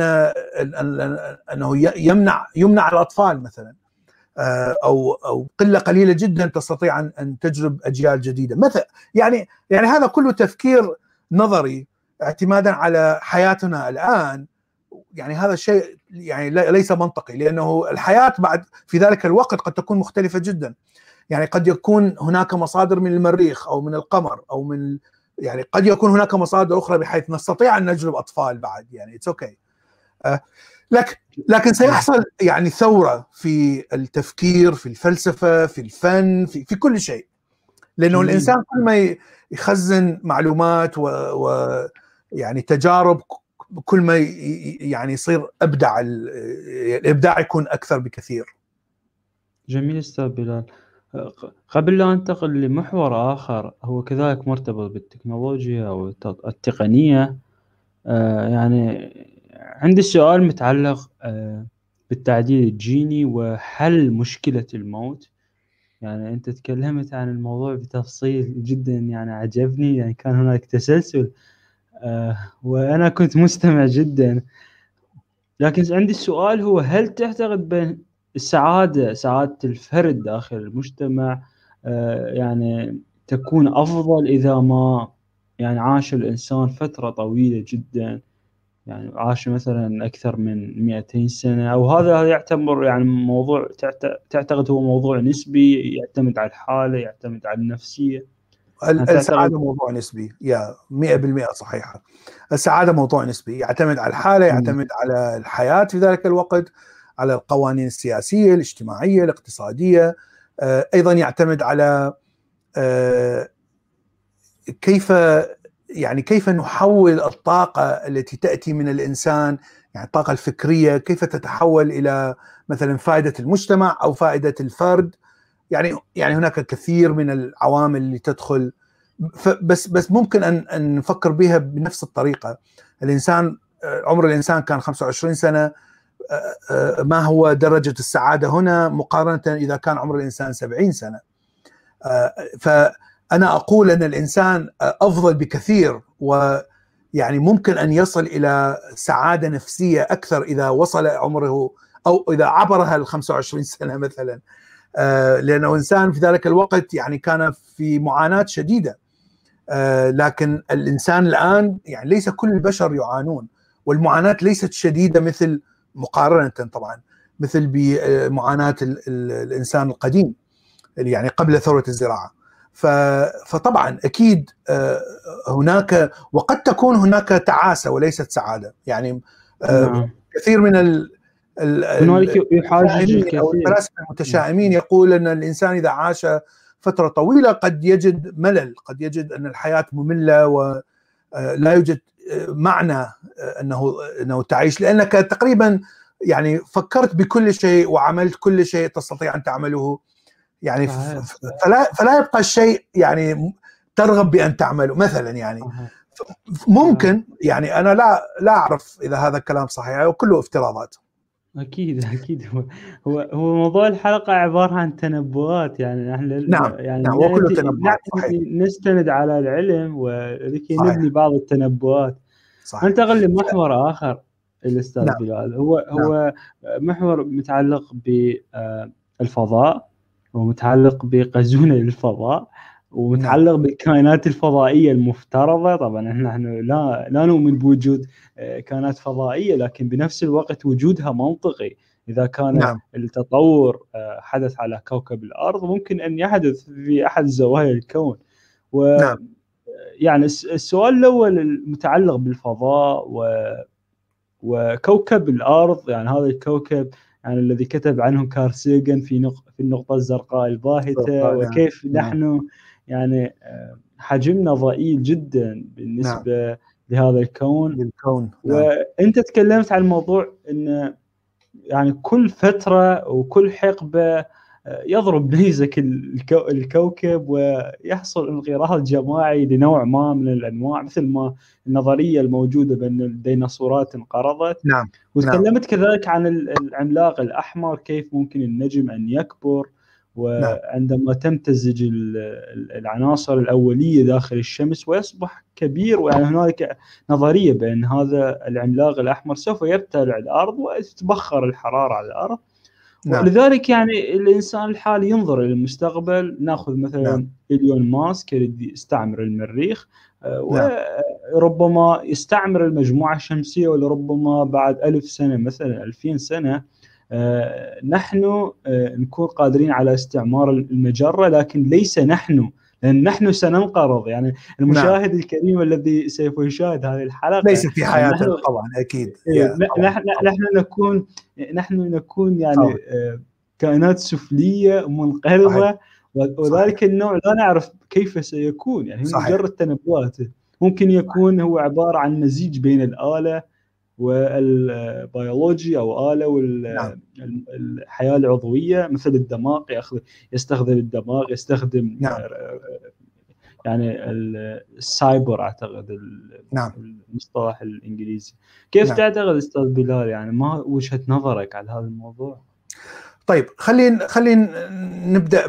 Speaker 2: أنه يمنع يمنع الأطفال مثلا، أو أو قلة قليلة جدا تستطيع أن تجرب أجيال جديدة مثلا. يعني يعني هذا كله تفكير نظري اعتمادا على حياتنا الآن. يعني هذا الشيء يعني ليس منطقي، لأنه الحياة بعد في ذلك الوقت قد تكون مختلفة جدا. يعني قد يكون هناك مصادر من المريخ أو من القمر أو من يعني قد يكون هناك مصادر أخرى بحيث نستطيع أن نجلب أطفال بعد. يعني it's okay. أه لكن لكن سيحصل يعني ثورة في التفكير، في الفلسفة، في الفن، في في كل شيء، لأنه جميل. الإنسان كل ما يخزن معلومات و, و يعني تجارب، كل ما يعني يصير أبدع، الإبداع يكون أكثر بكثير.
Speaker 1: جميل أستاذ بلال. قبل لا أنتقل لمحور آخر هو كذلك مرتبط بالتكنولوجيا أو التقنية، آه يعني عندي سؤال متعلق آه بالتعديل الجيني وحل مشكلة الموت. يعني أنت تكلمت عن الموضوع بتفصيل جدا يعني عجبني، يعني كان هناك تسلسل آه وأنا كنت مستمع جدا. لكن عندي السؤال هو، هل تعتقد بين السعادة سعادة الفرد داخل المجتمع آه يعني تكون أفضل إذا ما يعني عاش الإنسان فترة طويلة جدا، يعني عاش مثلا أكثر من مئتين سنة، أو هذا يعتبر يعني موضوع تعتقد هو موضوع نسبي يعتمد على الحالة، يعتمد على النفسية؟
Speaker 2: السعادة موضوع نسبي، يا مئة بالمئة صحيحة. السعادة موضوع نسبي يعتمد على الحالة، يعتمد على الحياة في ذلك الوقت، على القوانين السياسية الاجتماعية الاقتصادية، أيضا يعتمد على كيف يعني كيف نحول الطاقة التي تأتي من الإنسان، يعني الطاقة الفكرية كيف تتحول إلى مثلا فائدة المجتمع أو فائدة الفرد. يعني يعني هناك كثير من العوامل اللي تدخل، بس بس ممكن أن أن نفكر بها بنفس الطريقة. الإنسان عمر الإنسان كان خمسة وعشرين سنة، ما هو درجة السعادة هنا مقارنة إذا كان عمر الإنسان سبعين سنة؟ فأنا أقول أن الإنسان أفضل بكثير، ويعني ممكن أن يصل إلى سعادة نفسية أكثر إذا وصل عمره أو إذا عبرها ال خمسة وعشرين سنة مثلا، لأنه إنسان في ذلك الوقت يعني كان في معاناة شديدة. لكن الإنسان الآن يعني ليس كل البشر يعانون، والمعاناة ليست شديدة مثل مقارنة طبعا مثل بمعاناة الإنسان القديم يعني قبل ثورة الزراعة. فطبعا أكيد هناك، وقد تكون هناك تعاسة وليست سعادة. يعني نعم. كثير من ال
Speaker 1: هنالك يحاجج الكثير
Speaker 2: أو الفلاسفة المتشائمين يقول أن الإنسان إذا عاش فترة طويلة قد يجد ملل، قد يجد أن الحياة مملة ولا يوجد معنى أنه أنه تعيش، لأنك تقريبا يعني فكرت بكل شيء وعملت كل شيء تستطيع أن تعمله، يعني فلا فلا يبقى شيء يعني ترغب بأن تعمله مثلا. يعني ممكن يعني أنا لا لا أعرف إذا هذا الكلام صحيح وكله افتراضات.
Speaker 1: أكيد أكيد هو هو هو موضوع الحلقة عبارة عن تنبؤات، يعني نحن
Speaker 2: نعم
Speaker 1: يعني
Speaker 2: نعم وكله تنبؤات صحيح.
Speaker 1: نستند على العلم ولكي نبني بعض التنبؤات. صحيح. ننتقل لمحور آخر الأستاذ نعم. بلال، هو نعم. هو محور متعلق بالفضاء ومتعلق بقزونة الفضاء ومتعلق نعم. بالكائنات الفضائية المفترضة. طبعا نحن لا لا نؤمن بوجود كائنات فضائية، لكن بنفس الوقت وجودها منطقي. إذا كان نعم. التطور حدث على كوكب الأرض ممكن أن يحدث في أحد زوايا الكون. و نعم. يعني السؤال الأول المتعلق بالفضاء و... وكوكب الأرض، يعني هذا الكوكب يعني الذي كتب عنه كارل ساغن في نق... في النقطة الزرقاء الباهتة، وكيف نعم. نحن يعني حجمنا ضئيل جدا بالنسبة نعم. لهذا الكون.
Speaker 2: بالكون.
Speaker 1: نعم. وأنت تكلمت عن الموضوع أن يعني كل فترة وكل حقبة يضرب نيزك الكو... الكوكب ويحصل انقراض جماعي لنوع ما من الأنواع، مثل ما النظرية الموجودة بأن الديناصورات انقرضت.
Speaker 2: نعم.
Speaker 1: وتكلمت
Speaker 2: نعم.
Speaker 1: كذلك عن العملاق الأحمر، كيف ممكن النجم أن يكبر وعندما تمتزج العناصر الأولية داخل الشمس ويصبح كبير. ويعني هنالك نظرية بأن هذا العملاق الأحمر سوف يبتلع الأرض وتتبخر الحرارة على الأرض. نعم. ولذلك يعني الإنسان الحالي ينظر إلى المستقبل. نأخذ مثلا نعم. إيلون ماسك الذي استعمر المريخ، نعم. وربما يستعمر المجموعة الشمسية، ولربما بعد ألف سنة مثلا ألفين سنة آه نحن آه نكون قادرين على استعمار المجرة، لكن ليس نحن، لأن نحن سننقرض. يعني المشاهد نعم. الكريم الذي سوف يشاهد هذه الحلقة
Speaker 2: ليس في حياتنا طبعا أكيد.
Speaker 1: نحن نحن نكون نحن نكون يعني آه كائنات سفلية منقرضة، وذلك النوع لا نعرف كيف سيكون. يعني مجرد تنبؤات. ممكن يكون هو عبارة عن مزيج بين الآلة والبيولوجيا أو آلة والحياة العضوية، مثل الدماغ، يأخذ يستخدم الدماغ، يستخدم
Speaker 2: نعم.
Speaker 1: يعني السايبر أعتقد
Speaker 2: نعم.
Speaker 1: المصطلح الإنجليزي. كيف نعم. تعتقد أستاذ بلال، يعني ما وجهة نظرك على هذا الموضوع؟
Speaker 2: طيب خلينا خلينا نبدأ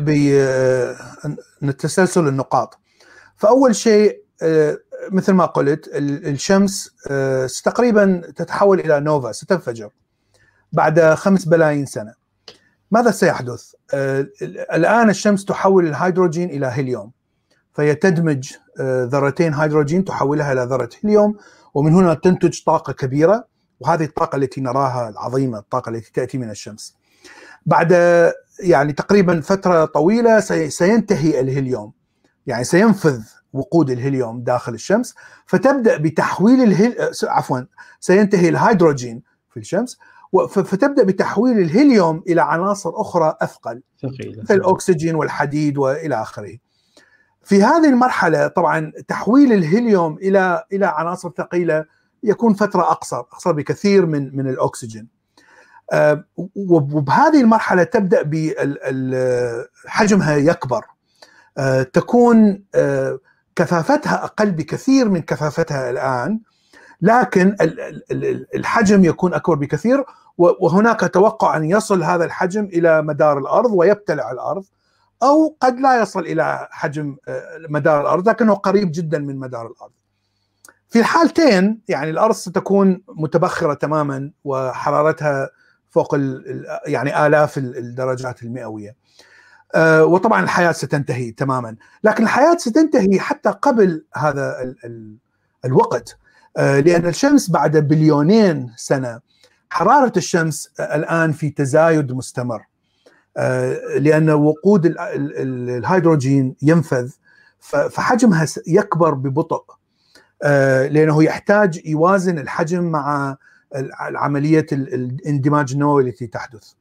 Speaker 2: بتسلسل النقاط. فأول شيء مثل ما قلت الشمس تقريبا تتحول إلى نوفا، ستنفجر بعد خمس بلايين سنة. ماذا سيحدث؟ الآن الشمس تحول الهيدروجين إلى هيليوم، فهي تدمج ذرتين هيدروجين تحولها إلى ذرة هيليوم، ومن هنا تنتج طاقة كبيرة، وهذه الطاقة التي نراها العظيمة، الطاقة التي تأتي من الشمس. بعد يعني تقريبا فترة طويلة سينتهي الهيليوم، يعني سينفذ وقود الهيليوم داخل الشمس، فتبدأ بتحويل الهيل... عفوا سينتهي الهيدروجين في الشمس، فتبدأ بتحويل الهيليوم إلى عناصر أخرى أثقل مثل الأكسجين والحديد وإلى آخره. في هذه المرحلة طبعا تحويل الهيليوم إلى إلى عناصر ثقيلة يكون فترة أقصر أقصر بكثير من من الأكسجين. أه وبهذه المرحلة تبدأ بحجمها يكبر، أه تكون أه كثافتها أقل بكثير من كثافتها الآن، لكن الحجم يكون أكبر بكثير، وهناك توقع أن يصل هذا الحجم إلى مدار الأرض ويبتلع الأرض، أو قد لا يصل إلى حجم مدار الأرض لكنه قريب جدا من مدار الأرض. في الحالتين يعني الأرض ستكون متبخرة تماما وحرارتها فوق يعني آلاف الدرجات المئوية، وطبعا الحياة ستنتهي تماما. لكن الحياة ستنتهي حتى قبل هذا الوقت، لأن الشمس بعد بليونين سنة حرارة الشمس الآن في تزايد مستمر، لأن وقود الهيدروجين ينفذ، فحجمها يكبر ببطء لأنه يحتاج يوازن الحجم مع عملية الاندماج النووي التي تحدث.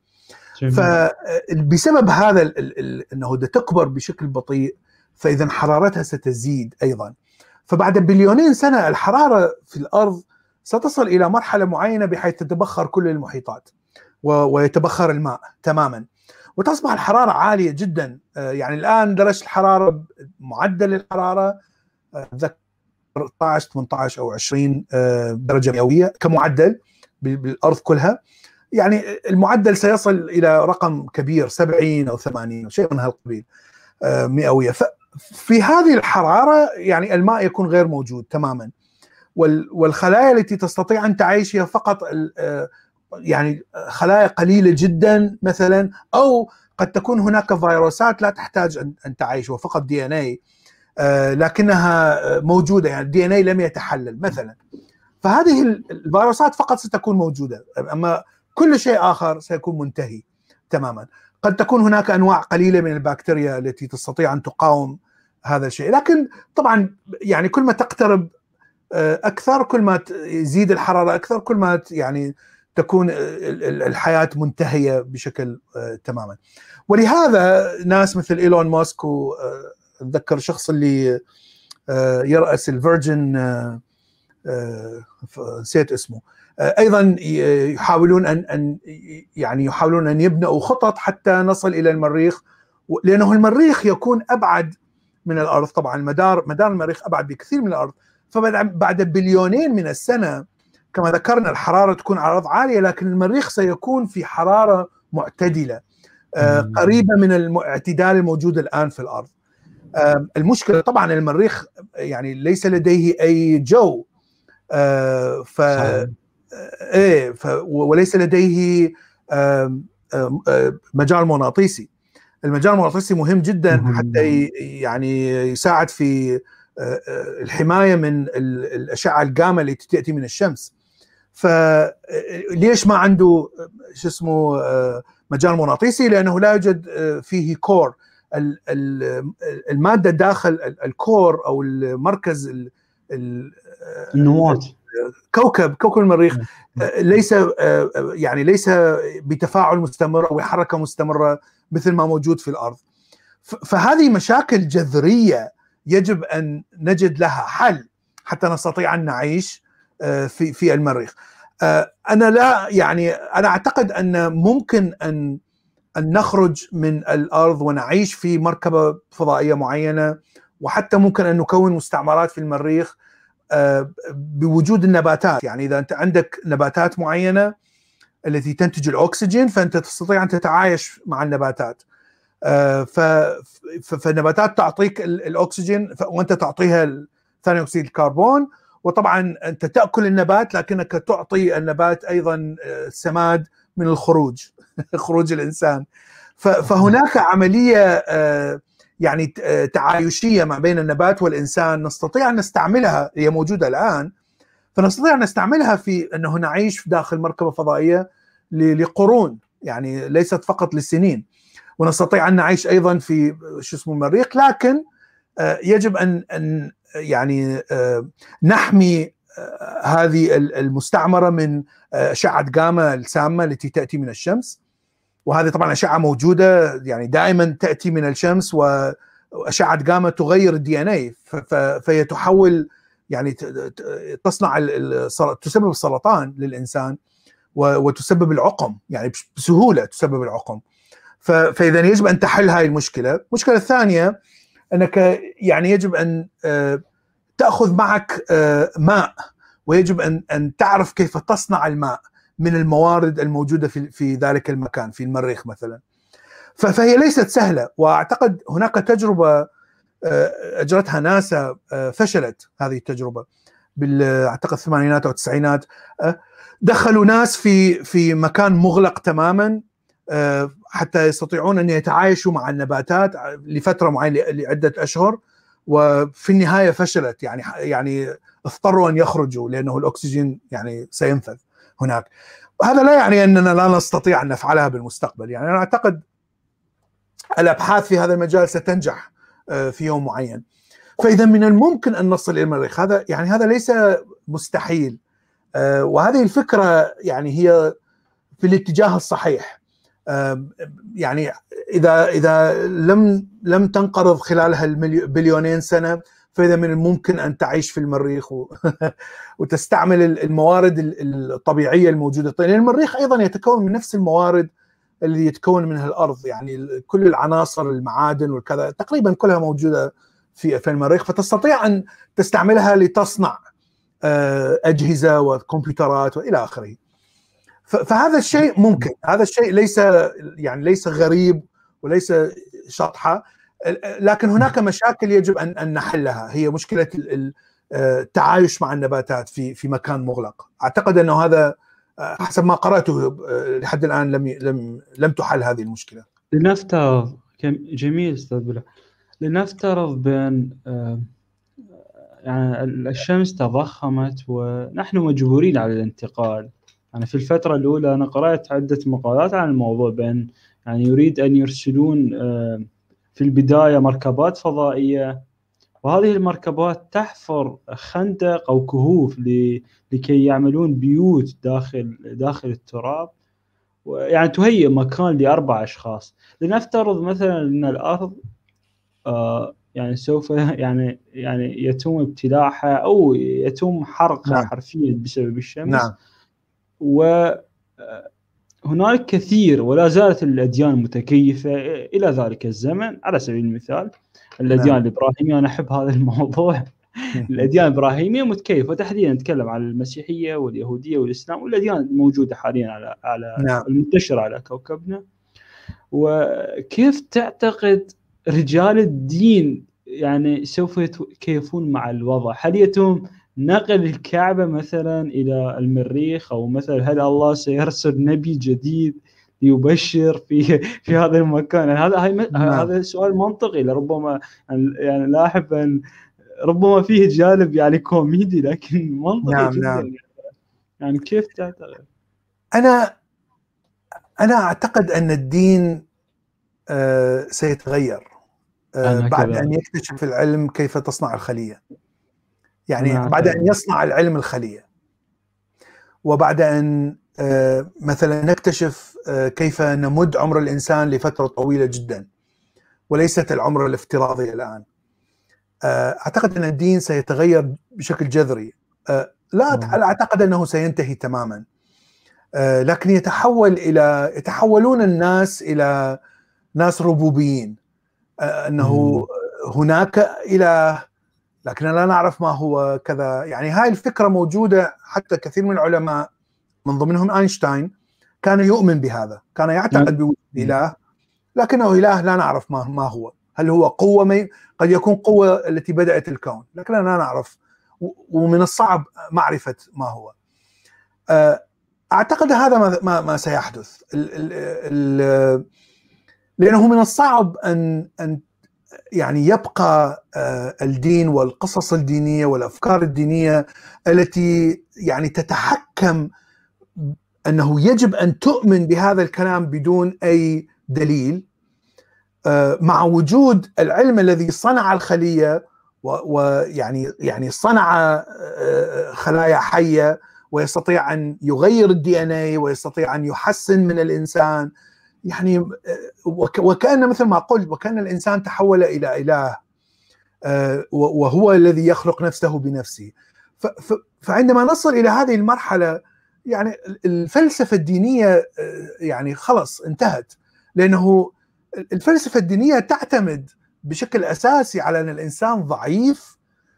Speaker 2: فبسبب هذا أنه تكبر بشكل بطيء، فإذا حرارتها ستزيد أيضا. فبعد بليونين سنة الحرارة في الأرض ستصل إلى مرحلة معينة بحيث تتبخر كل المحيطات ويتبخر الماء تماما، وتصبح الحرارة عالية جدا. يعني الآن درجة الحرارة معدل الحرارة ذكر ثمانية عشر ثمانية عشر أو عشرين درجة مئوية كمعدل بالأرض كلها. يعني المعدل سيصل إلى رقم كبير سبعين أو ثمانين أو شيء من هالقبيل مئوية. في هذه الحرارة يعني الماء يكون غير موجود تماما، والخلايا التي تستطيع أن تعيش هي فقط يعني خلايا قليلة جدا مثلا، أو قد تكون هناك فيروسات لا تحتاج أن تعيش وفقط دي إن إيه لكنها موجودة، يعني الدي إن إيه لم يتحلل مثلا، فهذه الفيروسات فقط ستكون موجودة، أما كل شيء آخر سيكون منتهي تماما. قد تكون هناك أنواع قليلة من البكتيريا التي تستطيع أن تقاوم هذا الشيء، لكن طبعا يعني كل ما تقترب أكثر، كل ما يزيد الحرارة أكثر، كل ما يعني تكون الحياة منتهية بشكل تماما. ولهذا ناس مثل إيلون ماسك، وأتذكر الشخص اللي يرأس الفيرجن نسيت اسمه، أيضا يحاولون أن أن يعني يحاولون أن يبنوا خطط حتى نصل إلى المريخ، لأنه المريخ يكون أبعد من الأرض. طبعا مدار مدار المريخ أبعد بكثير من الأرض، فبعد بليونين من السنة كما ذكرنا الحرارة تكون على الأرض عالية، لكن المريخ سيكون في حرارة معتدلة قريبة من الاعتدال الموجود الآن في الأرض. المشكلة طبعا المريخ يعني ليس لديه أي جو، ف ايه ف وليس لديه مجال مغناطيسي. المجال المغناطيسي مهم جدا حتى يعني يساعد في الحماية من الأشعة الجاما التي تأتي من الشمس. فليش ما عنده شو اسمه مجال مغناطيسي؟ لأنه لا يوجد فيه كور. المادة داخل الكور أو المركز
Speaker 1: النواة
Speaker 2: كوكب كوكب المريخ ليس يعني ليس بتفاعل مستمر أو حركة مستمرة مثل ما موجود في الأرض. فهذه مشاكل جذرية يجب أن نجد لها حل حتى نستطيع أن نعيش في في المريخ. أنا لا يعني أنا أعتقد أن ممكن أن أن نخرج من الأرض ونعيش في مركبة فضائية معينة، وحتى ممكن أن نكون مستعمرات في المريخ بوجود النباتات. يعني إذا أنت عندك نباتات معينة التي تنتج الأكسجين، فأنت تستطيع أن تتعايش مع النباتات. فالنباتات تعطيك الأكسجين وأنت تعطيها ثاني أكسيد الكربون، وطبعا أنت تأكل النبات لكنك تعطي النبات أيضا سماد من الخروج خروج الإنسان. فهناك عملية يعني تعايشية ما بين النبات والإنسان نستطيع أن نستعملها، هي موجودة الآن، فنستطيع أن نستعملها في أنه نعيش داخل مركبة فضائية لقرون، يعني ليست فقط لسنين، ونستطيع أن نعيش أيضا في شو اسمه المريخ. لكن يجب أن أن يعني نحمي هذه المستعمرة من أشعة جاما السامة التي تأتي من الشمس، وهذه طبعا أشعة موجودة يعني دائما تأتي من الشمس، وأشعة جاما تغير الدي ان اي، فهي تحول يعني تصنع تسبب السرطان للإنسان وتسبب العقم، يعني بسهولة تسبب العقم. فإذا يجب أن تحل هاي المشكلة. المشكلة الثانية أنك يعني يجب أن تأخذ معك ماء، ويجب أن أن تعرف كيف تصنع الماء من الموارد الموجودة في في ذلك المكان، في المريخ مثلا. فهي ليست سهلة، وأعتقد هناك تجربة أجرتها ناسا فشلت هذه التجربة بالأعتقد الثمانينات أو التسعينات. دخلوا ناس في في مكان مغلق تماما حتى يستطيعون أن يتعايشوا مع النباتات لفترة معينة لعدة أشهر، وفي النهاية فشلت، يعني يعني اضطروا أن يخرجوا لأنه الأكسجين يعني سينفذ هناك. هذا لا يعني أننا لا نستطيع أن نفعلها بالمستقبل، يعني أنا أعتقد الأبحاث في هذا المجال ستنجح في يوم معين. فإذا من الممكن أن نصل إلى المريخ، هذا يعني هذا ليس مستحيل، وهذه الفكرة يعني هي في الاتجاه الصحيح. يعني إذا إذا لم لم تنقرض خلالها البليونين سنة، فإذا من الممكن أن تعيش في المريخ وتستعمل الموارد الطبيعية الموجودة. لأن المريخ أيضا يتكون من نفس الموارد اللي يتكون منها الأرض، يعني كل العناصر المعادن والكذا تقريبا كلها موجودة في في المريخ، فتستطيع أن تستعملها لتصنع أجهزة وكمبيوترات وإلى آخره. فهذا الشيء ممكن، هذا الشيء ليس يعني ليس غريب وليس شطحة، لكن هناك مشاكل يجب أن أن نحلها. هي مشكلة التعايش مع النباتات في في مكان مغلق. أعتقد أنه هذا حسب ما قرأته لحد الآن لم لم لم تحل هذه المشكلة.
Speaker 1: لنفترض جميل أستاذ بلا، لنفترض بأن يعني الشمس تضخمت ونحن مجبورين على الانتقال. أنا في الفترة الأولى أنا قرأت عدة مقالات عن الموضوع، بأن يعني يريد أن يرسلون في البداية مركبات فضائية، وهذه المركبات تحفر خندق أو كهوف لكي يعملون بيوت داخل داخل التراب، يعني تهيئ مكان لأربع أشخاص. لنفترض مثلا أن الأرض آه يعني سوف يعني يعني يتم ابتلاعها أو يتم حرقها نعم. حرفيا بسبب الشمس.
Speaker 2: نعم.
Speaker 1: وهناك كثير ولا زالت الأديان متكيفة إلى ذلك الزمن. على سبيل المثال الأديان نعم. الإبراهيمية، أنا أحب هذا الموضوع. الأديان الإبراهيمية متكيفة، وتحديدا نتكلم عن المسيحية واليهودية والإسلام والأديان الموجودة حاليا على على
Speaker 2: نعم.
Speaker 1: المنتشرة على كوكبنا. وكيف تعتقد رجال الدين يعني سوف يتكيفون مع الوضع؟ هل يتم نقل الكعبة مثلا إلى المريخ، أو مثلا هل الله سيرسل نبي جديد ليبشر في في هذا المكان؟ يعني هذا نعم. هذا سؤال منطقي، لربما يعني لا أحب أن ربما فيه جانب يعني كوميدي، لكن منطقي
Speaker 2: نعم
Speaker 1: جدا.
Speaker 2: نعم.
Speaker 1: يعني كيف تعتقد؟
Speaker 2: أنا أنا أعتقد أن الدين آه سيتغير آه بعد كذا. أن يكتشف العلم كيف تصنع الخلية، يعني نعم. بعد أن يصنع العلم الخلية، وبعد أن آه مثلا نكتشف آه كيف نمد عمر الإنسان لفترة طويلة جدا وليست العمر الافتراضي الآن. أعتقد أن الدين سيتغير بشكل جذري. لا أعتقد أنه سينتهي تماما، لكن يتحول إلى يتحولون الناس إلى ناس ربوبيين، أنه هناك إله لكن لا نعرف ما هو كذا. يعني هاي الفكرة موجودة، حتى كثير من العلماء من ضمنهم أينشتاين كان يؤمن بهذا، كان يعتقد بوجود إله لكنه إله لا نعرف ما ما هو. هل هو قوة مي... قد يكون قوة التي بدأت الكون لكن لا نعرف، ومن الصعب معرفة ما هو. أعتقد هذا ما ما, ما سيحدث، ال... ال... ال... لأنه من الصعب أن أن يعني يبقى الدين والقصص الدينية والأفكار الدينية التي يعني تتحكم أنه يجب أن تؤمن بهذا الكلام بدون أي دليل، مع وجود العلم الذي صنع الخلية ويعني يعني صنع خلايا حية ويستطيع أن يغير الدي ان اي ويستطيع أن يحسن من الإنسان، يعني وكأن مثل ما قلت وكأن الإنسان تحول إلى إله وهو الذي يخلق نفسه بنفسه. فعندما نصل إلى هذه المرحلة يعني الفلسفة الدينية يعني خلص انتهت، لأنه الفلسفة الدينية تعتمد بشكل أساسي على أن الإنسان ضعيف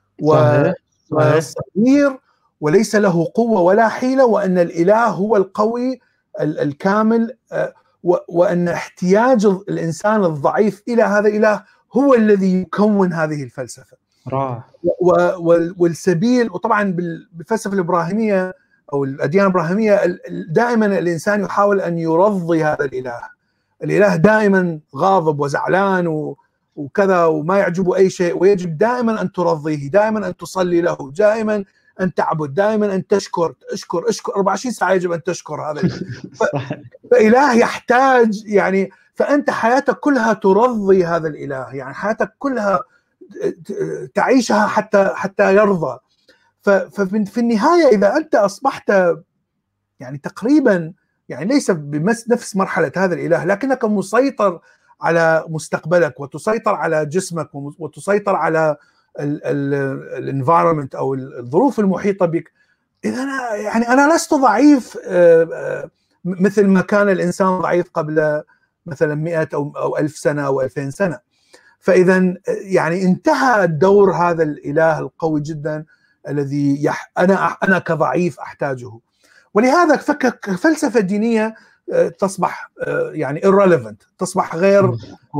Speaker 2: وصغير وليس له قوة ولا حيلة، وأن الإله هو القوي الكامل، وأن احتياج الإنسان الضعيف إلى هذا الإله هو الذي يكون هذه الفلسفة.
Speaker 1: رائع.
Speaker 2: والسبيل، وطبعا بالفلسفة الإبراهيمية أو الأديان الإبراهيمية دائما الإنسان يحاول أن يرضي هذا الإله. الإله دائما غاضب وزعلان وكذا وما يعجبه أي شيء، ويجب دائما أن ترضيه، دائما أن تصلي له، دائما أن تعبد، دائما أن تشكر اشكر اشكر أربعة وعشرين ساعة يجب أن تشكر هذا. ف... فإله يحتاج يعني، فأنت حياتك كلها ترضي هذا الإله، يعني حياتك كلها تعيشها حتى حتى يرضى. ففي النهاية إذا أنت أصبحت يعني تقريبا يعني ليس بنفس مرحلة هذا الإله، لكنك مسيطر على مستقبلك وتسيطر على جسمك وتسيطر على الانفايرمنت أو الظروف المحيطة بك، إذا أنا يعني أنا لست ضعيف مثل ما كان الإنسان ضعيف قبل مثلا مئة أو أو ألف سنة أو ألفين سنة. فإذا يعني انتهى دور هذا الإله القوي جدا الذي يح أنا أنا كضعيف أحتاجه. ولهذا فلسفة دينية تصبح يعني irrelevant، تصبح غير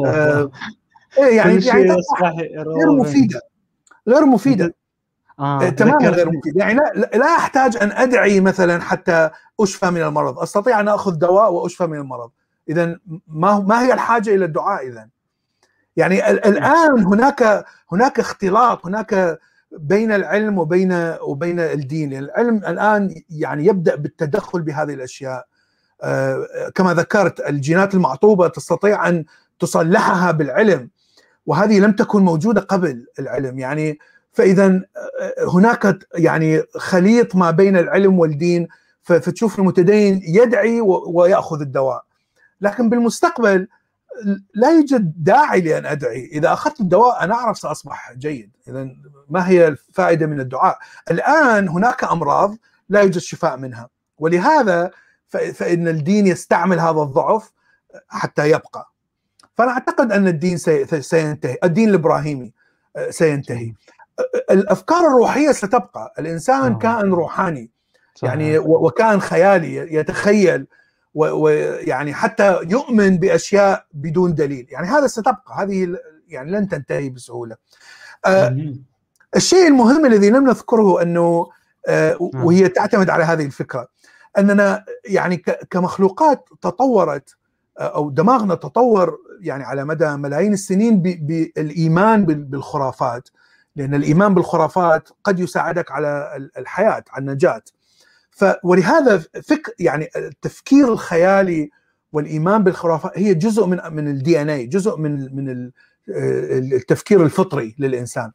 Speaker 2: يعني يعني تصبح غير مفيدة غير مفيدة آه تماما غير مفيدة. يعني لا لا أحتاج أن أدعي مثلا حتى أشفى من المرض، أستطيع أن أخذ دواء وأشفى من المرض. إذا ما ما هي الحاجة إلى الدعاء؟ إذا يعني الآن هناك هناك اختلاط هناك بين العلم وبين وبين الدين. العلم الآن يعني يبدأ بالتدخل بهذه الأشياء. آه كما ذكرت الجينات المعطوبة تستطيع أن تصلحها بالعلم، وهذه لم تكن موجودة قبل العلم. يعني فإذا هناك يعني خليط ما بين العلم والدين، فتشوف المتدين يدعي ويأخذ الدواء، لكن بالمستقبل لا يوجد داعي لأن أدعي. إذا أخذت الدواء أنا أعرف سأصبح جيد. إذا ما هي الفائدة من الدعاء؟ الآن هناك أمراض لا يوجد شفاء منها، ولهذا فإن الدين يستعمل هذا الضعف حتى يبقى. فأنا أعتقد أن الدين سينتهي، الدين الإبراهيمي سينتهي، الأفكار الروحية ستبقى. الإنسان كائن روحاني يعني وكائن خيالي يتخيل ويعني حتى يؤمن بأشياء بدون دليل، يعني هذا ستبقى، هذه يعني لن تنتهي بسهولة. آه الشيء المهم الذي لم نذكره أنه آه وهي تعتمد على هذه الفكرة، أننا يعني كمخلوقات تطورت أو دماغنا تطور يعني على مدى ملايين السنين بالإيمان بالخرافات، لأن الإيمان بالخرافات قد يساعدك على الحياة، على النجاة. ولهذا فكر يعني التفكير الخيالي والإيمان بالخرافات هي جزء من من الدي ان اي، جزء من من التفكير الفطري للإنسان.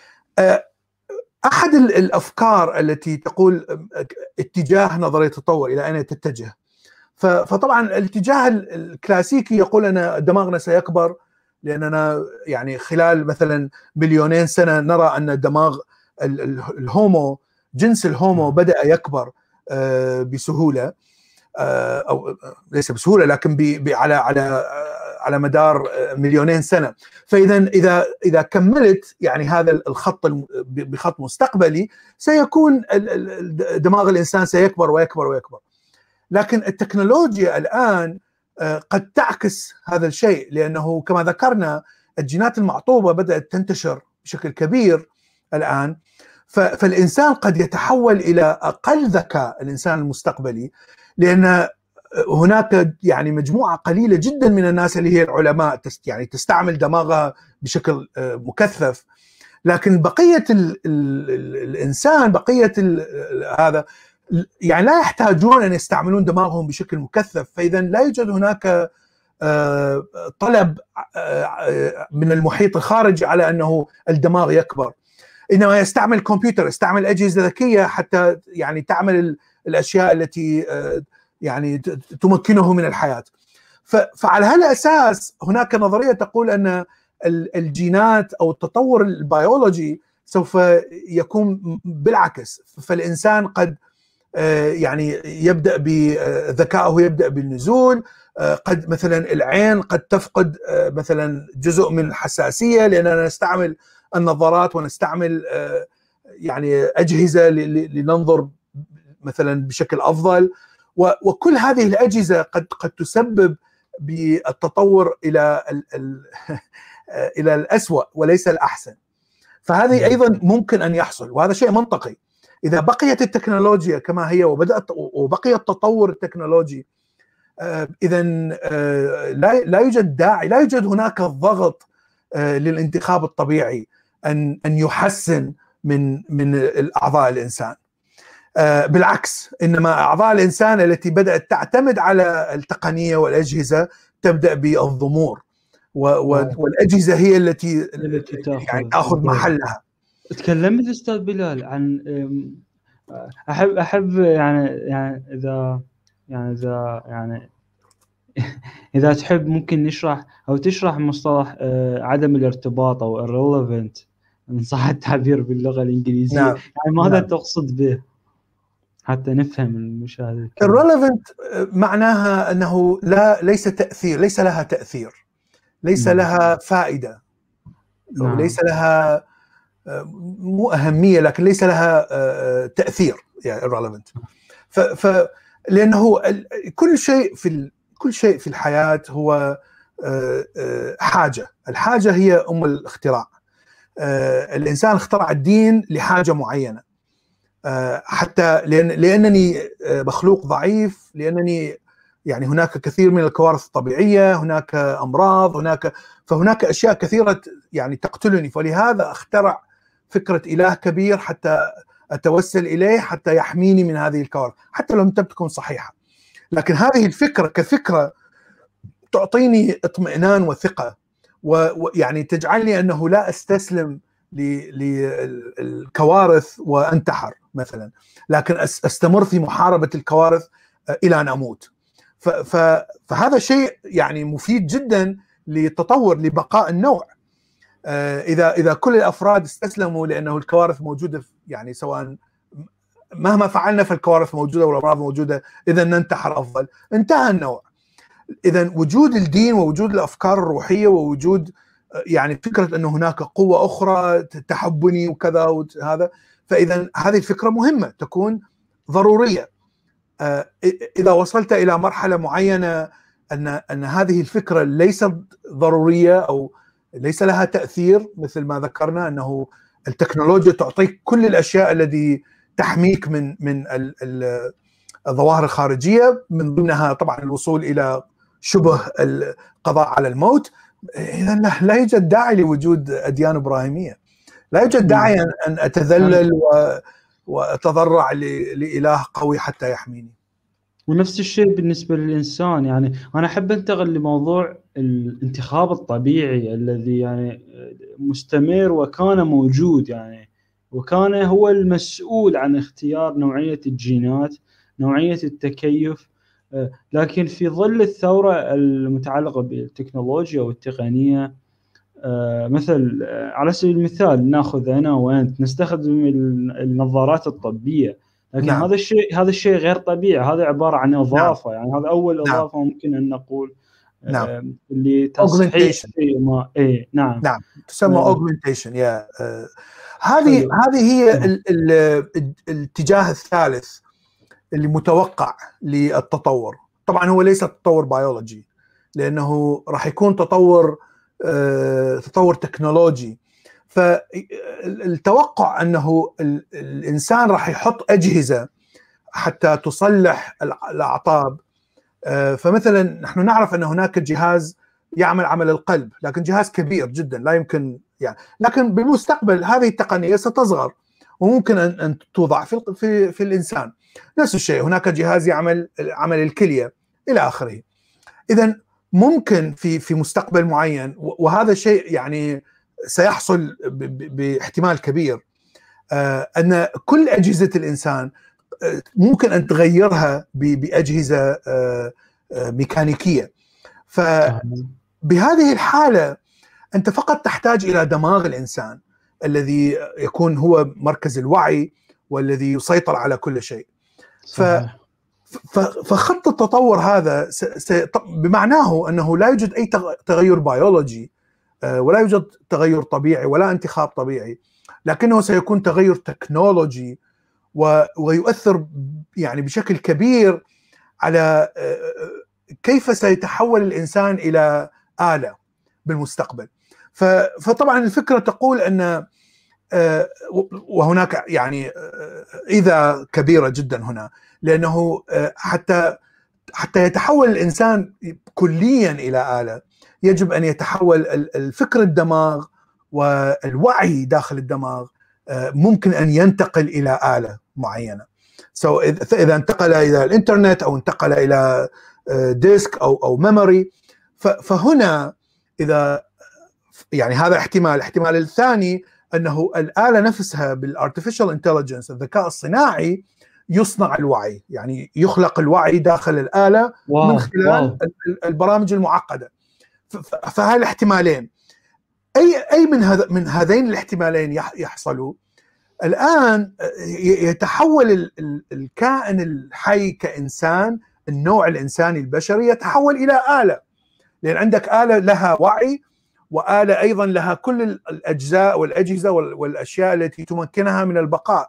Speaker 2: أحد الأفكار التي تقول اتجاه نظرية التطور إلى أين تتجه، فطبعا الاتجاه الكلاسيكي يقول أن دماغنا سيكبر، لأننا يعني خلال مثلا مليونين سنة نرى أن دماغ الهومو، جنس الهومو بدأ يكبر بسهولة، أو ليس بسهولة لكن على على على مدار مليونين سنة. فإذا إذا إذا كملت يعني هذا الخط بخط مستقبلي سيكون دماغ الإنسان سيكبر ويكبر ويكبر. لكن التكنولوجيا الآن قد تعكس هذا الشيء، لأنه كما ذكرنا الجينات المعطوبة بدأت تنتشر بشكل كبير الآن، فالإنسان قد يتحول إلى أقل ذكاء، الإنسان المستقبلي، لأن هناك يعني مجموعة قليلة جدا من الناس اللي هي العلماء يعني تستعمل دماغها بشكل مكثف، لكن بقية ال ال الإنسان بقية هذا يعني لا يحتاجون أن يستعملون دماغهم بشكل مكثف. فإذا لا يوجد هناك طلب من المحيط الخارجي على أنه الدماغ يكبر، إنما يستعمل كمبيوتر، يستعمل أجهزة ذكية حتى يعني تعمل الأشياء التي يعني تمكنه من الحياة. فعلى هذا الأساس هناك نظرية تقول أن الجينات أو التطور البيولوجي سوف يكون بالعكس، فالإنسان قد يعني يبدأ بذكائه يبدأ بالنزول، قد مثلا العين قد تفقد مثلا جزء من الحساسية لأننا نستعمل النظارات ونستعمل يعني أجهزة لننظر مثلا بشكل أفضل، وكل هذه الأجهزة قد قد تسبب بالتطور إلى إلى الأسوأ وليس الأحسن. فهذه أيضا ممكن أن يحصل، وهذا شيء منطقي. إذا بقيت التكنولوجيا كما هي وبدأت وبقي التطور التكنولوجي، إذا لا لا يوجد داعي، لا يوجد هناك الضغط للانتخاب الطبيعي أن أن يحسن من من الأعضاء الإنسان. بالعكس، إنما أعضاء الإنسان التي بدأت تعتمد على التقنية والأجهزة تبدأ بالضمور، والأجهزة هي التي
Speaker 1: التي تأخذ,
Speaker 2: يعني تأخذ محلها.
Speaker 1: تكلمت أستاذ بلال عن أحب أحب يعني يعني إذا يعني إذا يعني إذا تحب ممكن نشرح أو تشرح مصطلح عدم الارتباط أو irrelevant إن صح التعبير باللغة الإنجليزية. نعم. يعني ماذا نعم. تقصد به حتى نفهم المشاهد؟
Speaker 2: irrelevant معناها أنه لا ليس تأثير، ليس لها تأثير، ليس نعم. لها فائدة، أو نعم. ليس لها مو أهمية لكن ليس لها تأثير، يعني irrelevant. ف, ف لأنه كل شيء في كل شيء في الحياة هو حاجة، الحاجة هي أم الاختراع. الإنسان اخترع الدين لحاجة معينة، حتى لأن لأنني مخلوق ضعيف، لأنني يعني هناك كثير من الكوارث الطبيعية، هناك أمراض، هناك فهناك أشياء كثيرة يعني تقتلني، فلهذا اخترع فكرة إله كبير حتى أتوسل إليه حتى يحميني من هذه الكوارث، حتى لو لم تكن صحيحة. لكن هذه الفكرة كفكرة تعطيني اطمئنان وثقة، ويعني تجعلني أنه لا أستسلم للكوارث وأنتحر مثلا، لكن أستمر في محاربة الكوارث إلى أن أموت. فهذا شيء يعني مفيد جدا للتطور، لبقاء النوع. إذا إذا كل الأفراد استسلموا لأنه الكوارث موجودة، يعني سواء مهما فعلنا فالكوارث موجودة والأمراض موجودة، إذا ننتحر أفضل، انتهى النوع. إذا وجود الدين ووجود الأفكار الروحية ووجود يعني فكرة أنه هناك قوة أخرى تحبني وكذا وهذا، فإذا هذه الفكرة مهمة تكون ضرورية. إذا وصلت إلى مرحلة معينة أن أن هذه الفكرة ليست ضرورية أو ليس لها تأثير، مثل ما ذكرنا أنه التكنولوجيا تعطيك كل الأشياء التي تحميك من من الظواهر الخارجية، من ضمنها طبعا الوصول إلى شبه القضاء على الموت، إذا لا يوجد داعي لوجود أديان إبراهيمية، لا يوجد داعي أن أتذلل وأتضرع لإله قوي حتى يحميني.
Speaker 1: ونفس الشيء بالنسبة للإنسان. يعني أنا أحب أنتقل لموضوع الانتخاب الطبيعي الذي يعني مستمر وكان موجود، يعني وكان هو المسؤول عن اختيار نوعية الجينات، نوعية التكيف. لكن في ظل الثورة المتعلقة بالتكنولوجيا والتقنية، مثل على سبيل المثال نأخذ أنا وأنت نستخدم النظارات الطبية، لكن نعم. هذا الشيء هذا الشيء غير طبيعي، هذا عبارة عن إضافة. نعم. يعني هذا أول إضافة نعم. ممكن أن نقول
Speaker 2: نعم.
Speaker 1: اللي تصحيح ما إيه نعم
Speaker 2: نعم تسمى augmentation. يا آه. هذه هذه هي ال ال الاتجاه الثالث اللي متوقع للتطور. طبعا هو ليس تطور بيولوجي، لأنه راح يكون تطور آه تطور تكنولوجي. فالتوقع أنه الإنسان راح يحط أجهزة حتى تصلح الأعطاب. آه فمثلا نحن نعرف أن هناك جهاز يعمل عمل القلب، لكن جهاز كبير جدا لا يمكن يعني، لكن بالمستقبل هذه التقنية ستصغر وممكن أن أن توضع في في في الإنسان. نفس الشيء هناك جهاز يعمل عمل الكلية إلى آخره. إذن ممكن في في مستقبل معين، وهذا الشيء يعني سيحصل باحتمال كبير، أن كل أجهزة الإنسان ممكن أن تغيرها بأجهزة ميكانيكية. فبهذه الحالة أنت فقط تحتاج إلى دماغ الإنسان الذي يكون هو مركز الوعي والذي يسيطر على كل شيء. ف فخط التطور هذا بمعناه أنه لا يوجد أي تغير بيولوجي ولا يوجد تغير طبيعي ولا انتخاب طبيعي، لكنه سيكون تغير تكنولوجي ويؤثر يعني بشكل كبير على كيف سيتحول الإنسان إلى آلة بالمستقبل. فطبعا الفكرة تقول أن وهناك يعني إذا كبيرة جدا هنا، لأنه حتى حتى يتحول الإنسان كليا إلى آلة يجب أن يتحول الفكر الدماغ والوعي داخل الدماغ ممكن أن ينتقل إلى آلة معينة، سواء إذا انتقل إلى الإنترنت أو انتقل إلى ديسك أو أو ميموري. فهنا إذا يعني هذا احتمال. الاحتمال الثاني أنه الآلة نفسها بالارتفيشال انتليجنس، الذكاء الصناعي، يصنع الوعي، يعني يخلق الوعي داخل الآلة واو من خلال واو. البرامج المعقدة. فهذه الاحتمالين، أي أي من هذا من هذين الاحتمالين يحصلوا الآن، يتحول الكائن الحي كإنسان، النوع الإنساني البشري يتحول إلى آلة، لأن عندك آلة لها وعي وآلة أيضا لها كل الأجزاء والأجهزة والأشياء التي تمكنها من البقاء.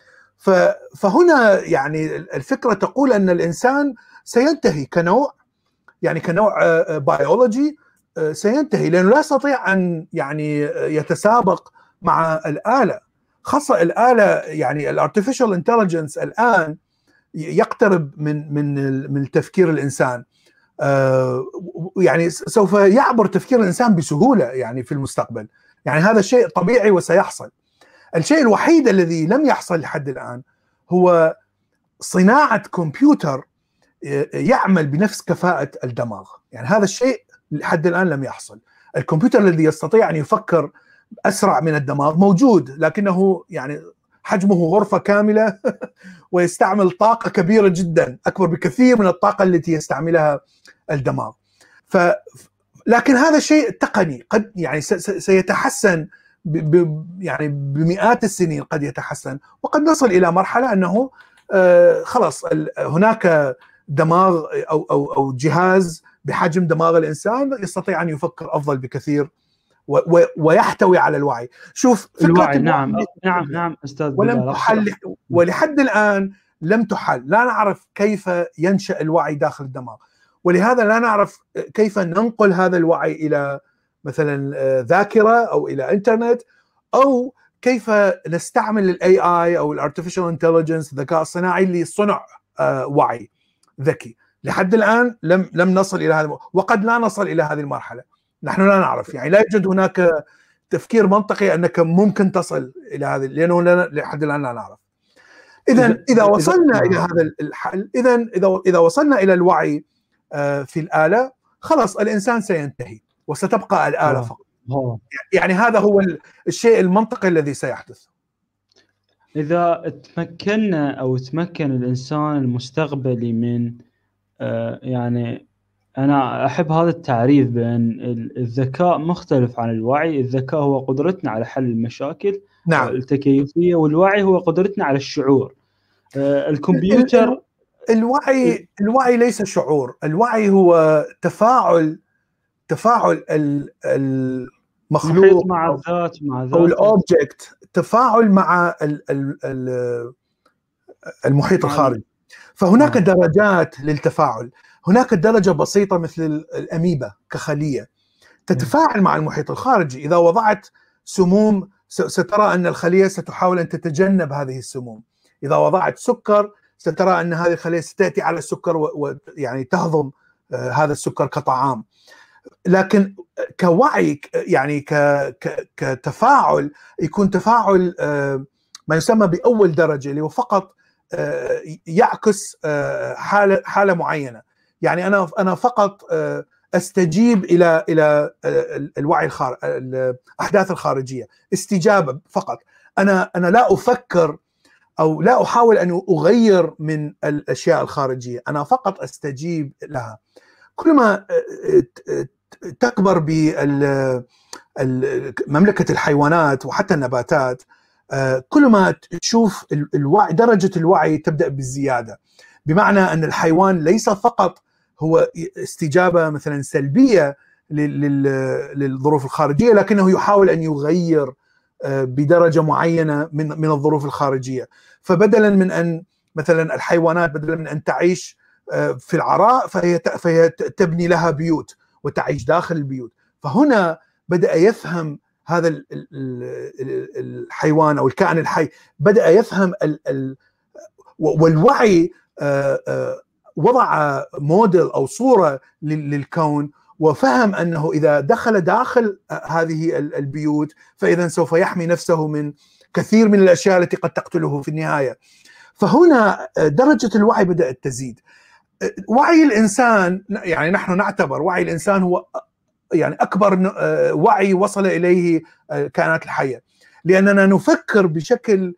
Speaker 2: فهنا يعني الفكرة تقول أن الإنسان سينتهي كنوع، يعني كنوع بيولوجي سينتهي، لأنه لا يستطيع أن يعني يتسابق مع الآلة، خاصة الآلة يعني الارتفيشال انتليجنس الآن يقترب من من من تفكير الإنسان، يعني سوف يعبر تفكير الإنسان بسهولة يعني في المستقبل. يعني هذا الشيء طبيعي وسيحصل. الشيء الوحيد الذي لم يحصل لحد الآن هو صناعة كمبيوتر يعمل بنفس كفاءة الدماغ، يعني هذا الشيء لحد الآن لم يحصل. الكمبيوتر الذي يستطيع أن يفكر أسرع من الدماغ موجود، لكنه يعني حجمه غرفة كاملة ويستعمل طاقة كبيرة جدا، أكبر بكثير من الطاقة التي يستعملها الدماغ. ف لكن هذا شيء تقني، قد يعني سيتحسن ب... يعني بمئات السنين، قد يتحسن، وقد نصل إلى مرحلة أنه آه خلاص هناك دماغ أو أو أو جهاز بحجم دماغ الإنسان يستطيع أن يفكر أفضل بكثير و... ويحتوي على الوعي. شوف
Speaker 1: الوعي، نعم نعم نعم أستاذ،
Speaker 2: ولم تحل، ولحد الآن لم تحل. لا نعرف كيف ينشأ الوعي داخل الدماغ، ولهذا لا نعرف كيف ننقل هذا الوعي إلى مثلا ذاكرة أو إلى إنترنت، أو كيف نستعمل الاي اي أو الارتفيشال انتليجنس، الذكاء الصناعي، لصنع وعي ذكي. لحد الآن لم لم نصل إلى هذا، وقد لا نصل إلى هذه المرحلة، نحن لا نعرف. يعني لا يوجد هناك تفكير منطقي أنك ممكن تصل إلى هذا، لأنه لحد الآن لا نعرف. إذا إذا وصلنا إلى هذا الحل، إذا إذا إذا وصلنا إلى الوعي في الآلة، خلاص الإنسان سينتهي وستبقى الآلة فقط. يعني هذا هو الشيء المنطقي الذي سيحدث.
Speaker 1: إذا تمكنا أو تمكن الإنسان المستقبلي من يعني، أنا أحب هذا التعريف بأن الذكاء مختلف عن الوعي. الذكاء هو قدرتنا على حل المشاكل،
Speaker 2: نعم،
Speaker 1: التكيفية، والوعي هو قدرتنا على الشعور. الكمبيوتر
Speaker 2: الوعي الوعي ليس شعور، الوعي هو تفاعل تفاعل المخلوق
Speaker 1: مع الذات مع ذات
Speaker 2: أو الأوبجكت، تفاعل مع المحيط الخارجي. فهناك درجات للتفاعل. هناك درجة بسيطة مثل الأميبا كخلية تتفاعل مع المحيط الخارجي. إذا وضعت سموم سترى أن الخلية ستحاول أن تتجنب هذه السموم. إذا وضعت سكر سترى أن هذه الخلية ستأتي على السكر ويعني تهضم هذا السكر كطعام. لكن كوعي يعني كتفاعل يكون تفاعل ما يسمى بأول درجة، اللي هو فقط يعكس حالة حالة معينة. يعني أنا أنا فقط استجيب الى الى الوعي الخارج، الاحداث الخارجيه، استجابه فقط. انا انا لا افكر او لا احاول ان اغير من الاشياء الخارجيه، انا فقط استجيب لها. كلما تكبر بمملكه الحيوانات وحتى النباتات، كلما تشوف الوعي، درجه الوعي تبدا بالزياده، بمعنى ان الحيوان ليس فقط هو استجابه مثلا سلبيه للظروف الخارجيه، لكنه يحاول ان يغير بدرجه معينه من من الظروف الخارجيه. فبدلا من ان مثلا الحيوانات بدلا من ان تعيش في العراء، فهي فهي تبني لها بيوت وتعيش داخل البيوت. فهنا بدأ يفهم هذا الحيوان او الكائن الحي، بدأ يفهم والوعي وضع موديل او صوره للكون، وفهم انه اذا دخل داخل هذه البيوت فاذا سوف يحمي نفسه من كثير من الاشياء التي قد تقتله في النهايه. فهنا درجه الوعي بدات تزيد. وعي الانسان، يعني نحن نعتبر وعي الانسان هو يعني اكبر وعي وصل اليه الكائنات الحيه، لاننا نفكر بشكل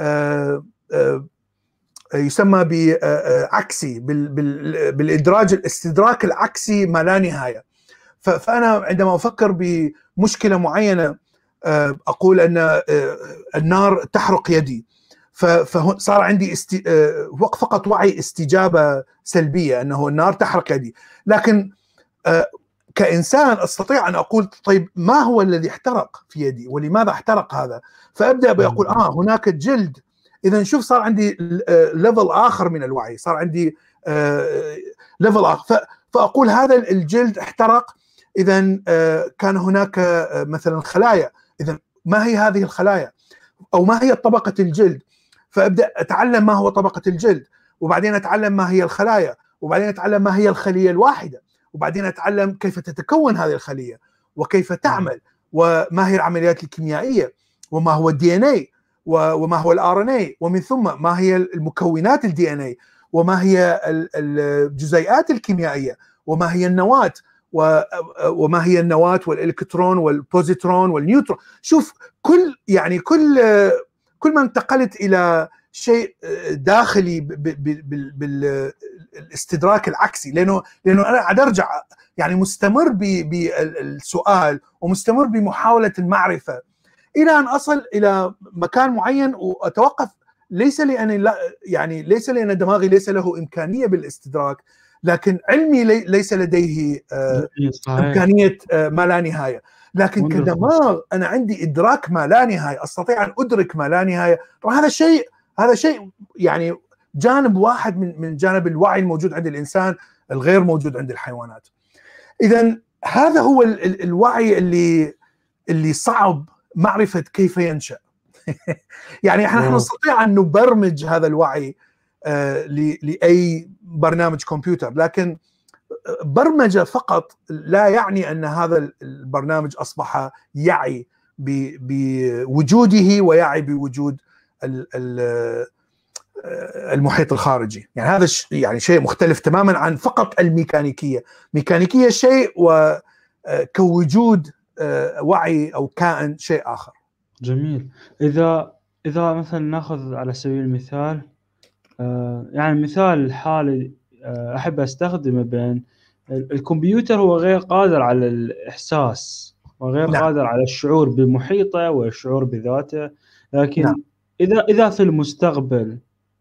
Speaker 2: يسمى بعكسي، بالادراج الاستدراك العكسي ما لا نهايه. فانا عندما افكر بمشكله معينه اقول ان النار تحرق يدي، فصار عندي است... فقط وعي استجابه سلبيه انه النار تحرق يدي. لكن كإنسان أستطيع أن أقول طيب ما هو الذي احترق في يدي ولماذا احترق هذا؟ فأبدأ بأقول آه هناك جلد. إذا شوف صار عندي ليفل آخر من الوعي، صار عندي ليفل آخر. فأقول هذا الجلد احترق، إذا كان هناك مثلا خلايا، إذا ما هي هذه الخلايا أو ما هي طبقة الجلد؟ فأبدأ أتعلم ما هو طبقة الجلد، وبعدين أتعلم ما هي الخلايا، وبعدين أتعلم ما هي الخلية الواحدة، وبعدين أتعلم كيف تتكون هذه الخلية وكيف تعمل، وما هي العمليات الكيميائية، وما هو الدي ان اي، وما هو الار ان اي، ومن ثم ما هي المكونات الدي ان اي، وما هي الجزيئات الكيميائية، وما هي النواة، وما هي النواة والإلكترون والبوزيترون والنيوترون. شوف كل يعني كل كل ما انتقلت إلى شيء داخلي بالاستدراك العكسي، لانه لانه انا قاعد ارجع يعني مستمر بالسؤال ومستمر بمحاوله المعرفه الى ان اصل الى مكان معين واتوقف. ليس لان لا يعني ليس لان دماغي ليس له امكانيه بالاستدراك، لكن علمي ليس لديه امكانيه ما لا نهايه. لكن كدماغ انا عندي ادراك ما لا نهايه، استطيع ان ادرك ما لا نهايه. طبعا هذا شيء هذا شيء يعني جانب واحد من من جانب الوعي الموجود عند الانسان الغير موجود عند الحيوانات. اذا هذا هو ال ال الوعي اللي اللي صعب معرفه كيف ينشأ. يعني احنا نستطيع ان نبرمج هذا الوعي آه لاي برنامج كمبيوتر، لكن برمجه فقط لا يعني ان هذا البرنامج اصبح يعي بوجوده ويعي بوجود المحيط الخارجي. يعني هذا يعني شيء مختلف تماما عن فقط الميكانيكيه. ميكانيكيه شيء وكوجود وعي او كائن شيء اخر.
Speaker 1: جميل. اذا اذا مثلا ناخذ على سبيل المثال يعني مثال حالي احب استخدمه، بين الكمبيوتر هو غير قادر على الاحساس وغير نعم. قادر على الشعور بمحيطه والشعور بذاته، لكن نعم. اذا اذا في المستقبل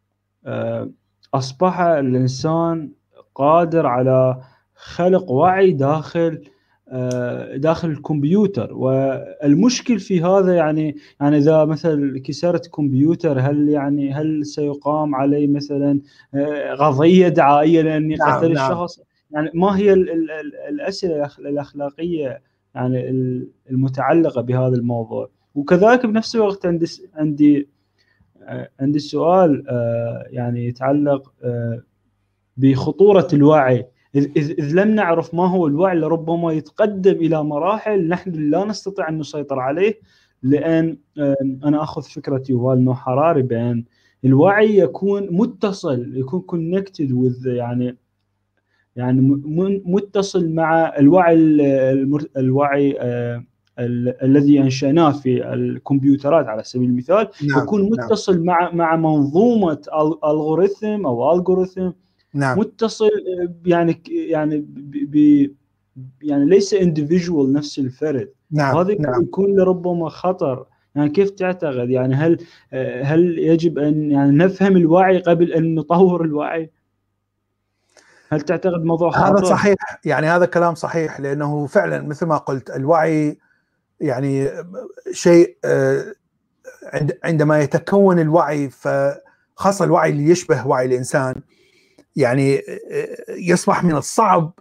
Speaker 1: اصبح الانسان قادر على خلق وعي داخل داخل الكمبيوتر، والمشكل في هذا يعني يعني اذا مثلا كسرت كمبيوتر هل يعني هل سيقام علي مثلا قضيه دعائيه لاني نعم قتل نعم. الشخص؟ يعني ما هي ال ال ال الاسئله الاخلاقيه يعني المتعلقه بهذا الموضوع؟ وكذلك بنفس الوقت عندي عندي عندي سؤال يعني يتعلق بخطوره الوعي. إذ, إذ لم نعرف ما هو الوعي لربما يتقدم إلى مراحل نحن لا نستطيع أن نسيطر عليه، لأن أنا أخذ فكرة يوفال نوح هراري بأن الوعي يكون متصل، يكون connected with يعني يعني متصل مع الوعي الوعي الذي انشأناه في الكمبيوترات على سبيل المثال.
Speaker 2: نعم.
Speaker 1: يكون متصل نعم. مع مع منظومه الغوريثم او الجوريثم. نعم. متصل يعني يعني ب يعني ليس individual نفس الفرد.
Speaker 2: نعم.
Speaker 1: وهذا
Speaker 2: نعم.
Speaker 1: يكون لربما خطر. يعني كيف تعتقد يعني هل هل يجب ان يعني نفهم الوعي قبل ان نطور الوعي؟ هل تعتقد موضوع خطر؟
Speaker 2: هذا صحيح، يعني هذا كلام صحيح، لأنه فعلا مثل ما قلت الوعي يعني شيء عندما يتكون الوعي، فخاصة الوعي اللي يشبه وعي الإنسان، يعني يصبح من الصعب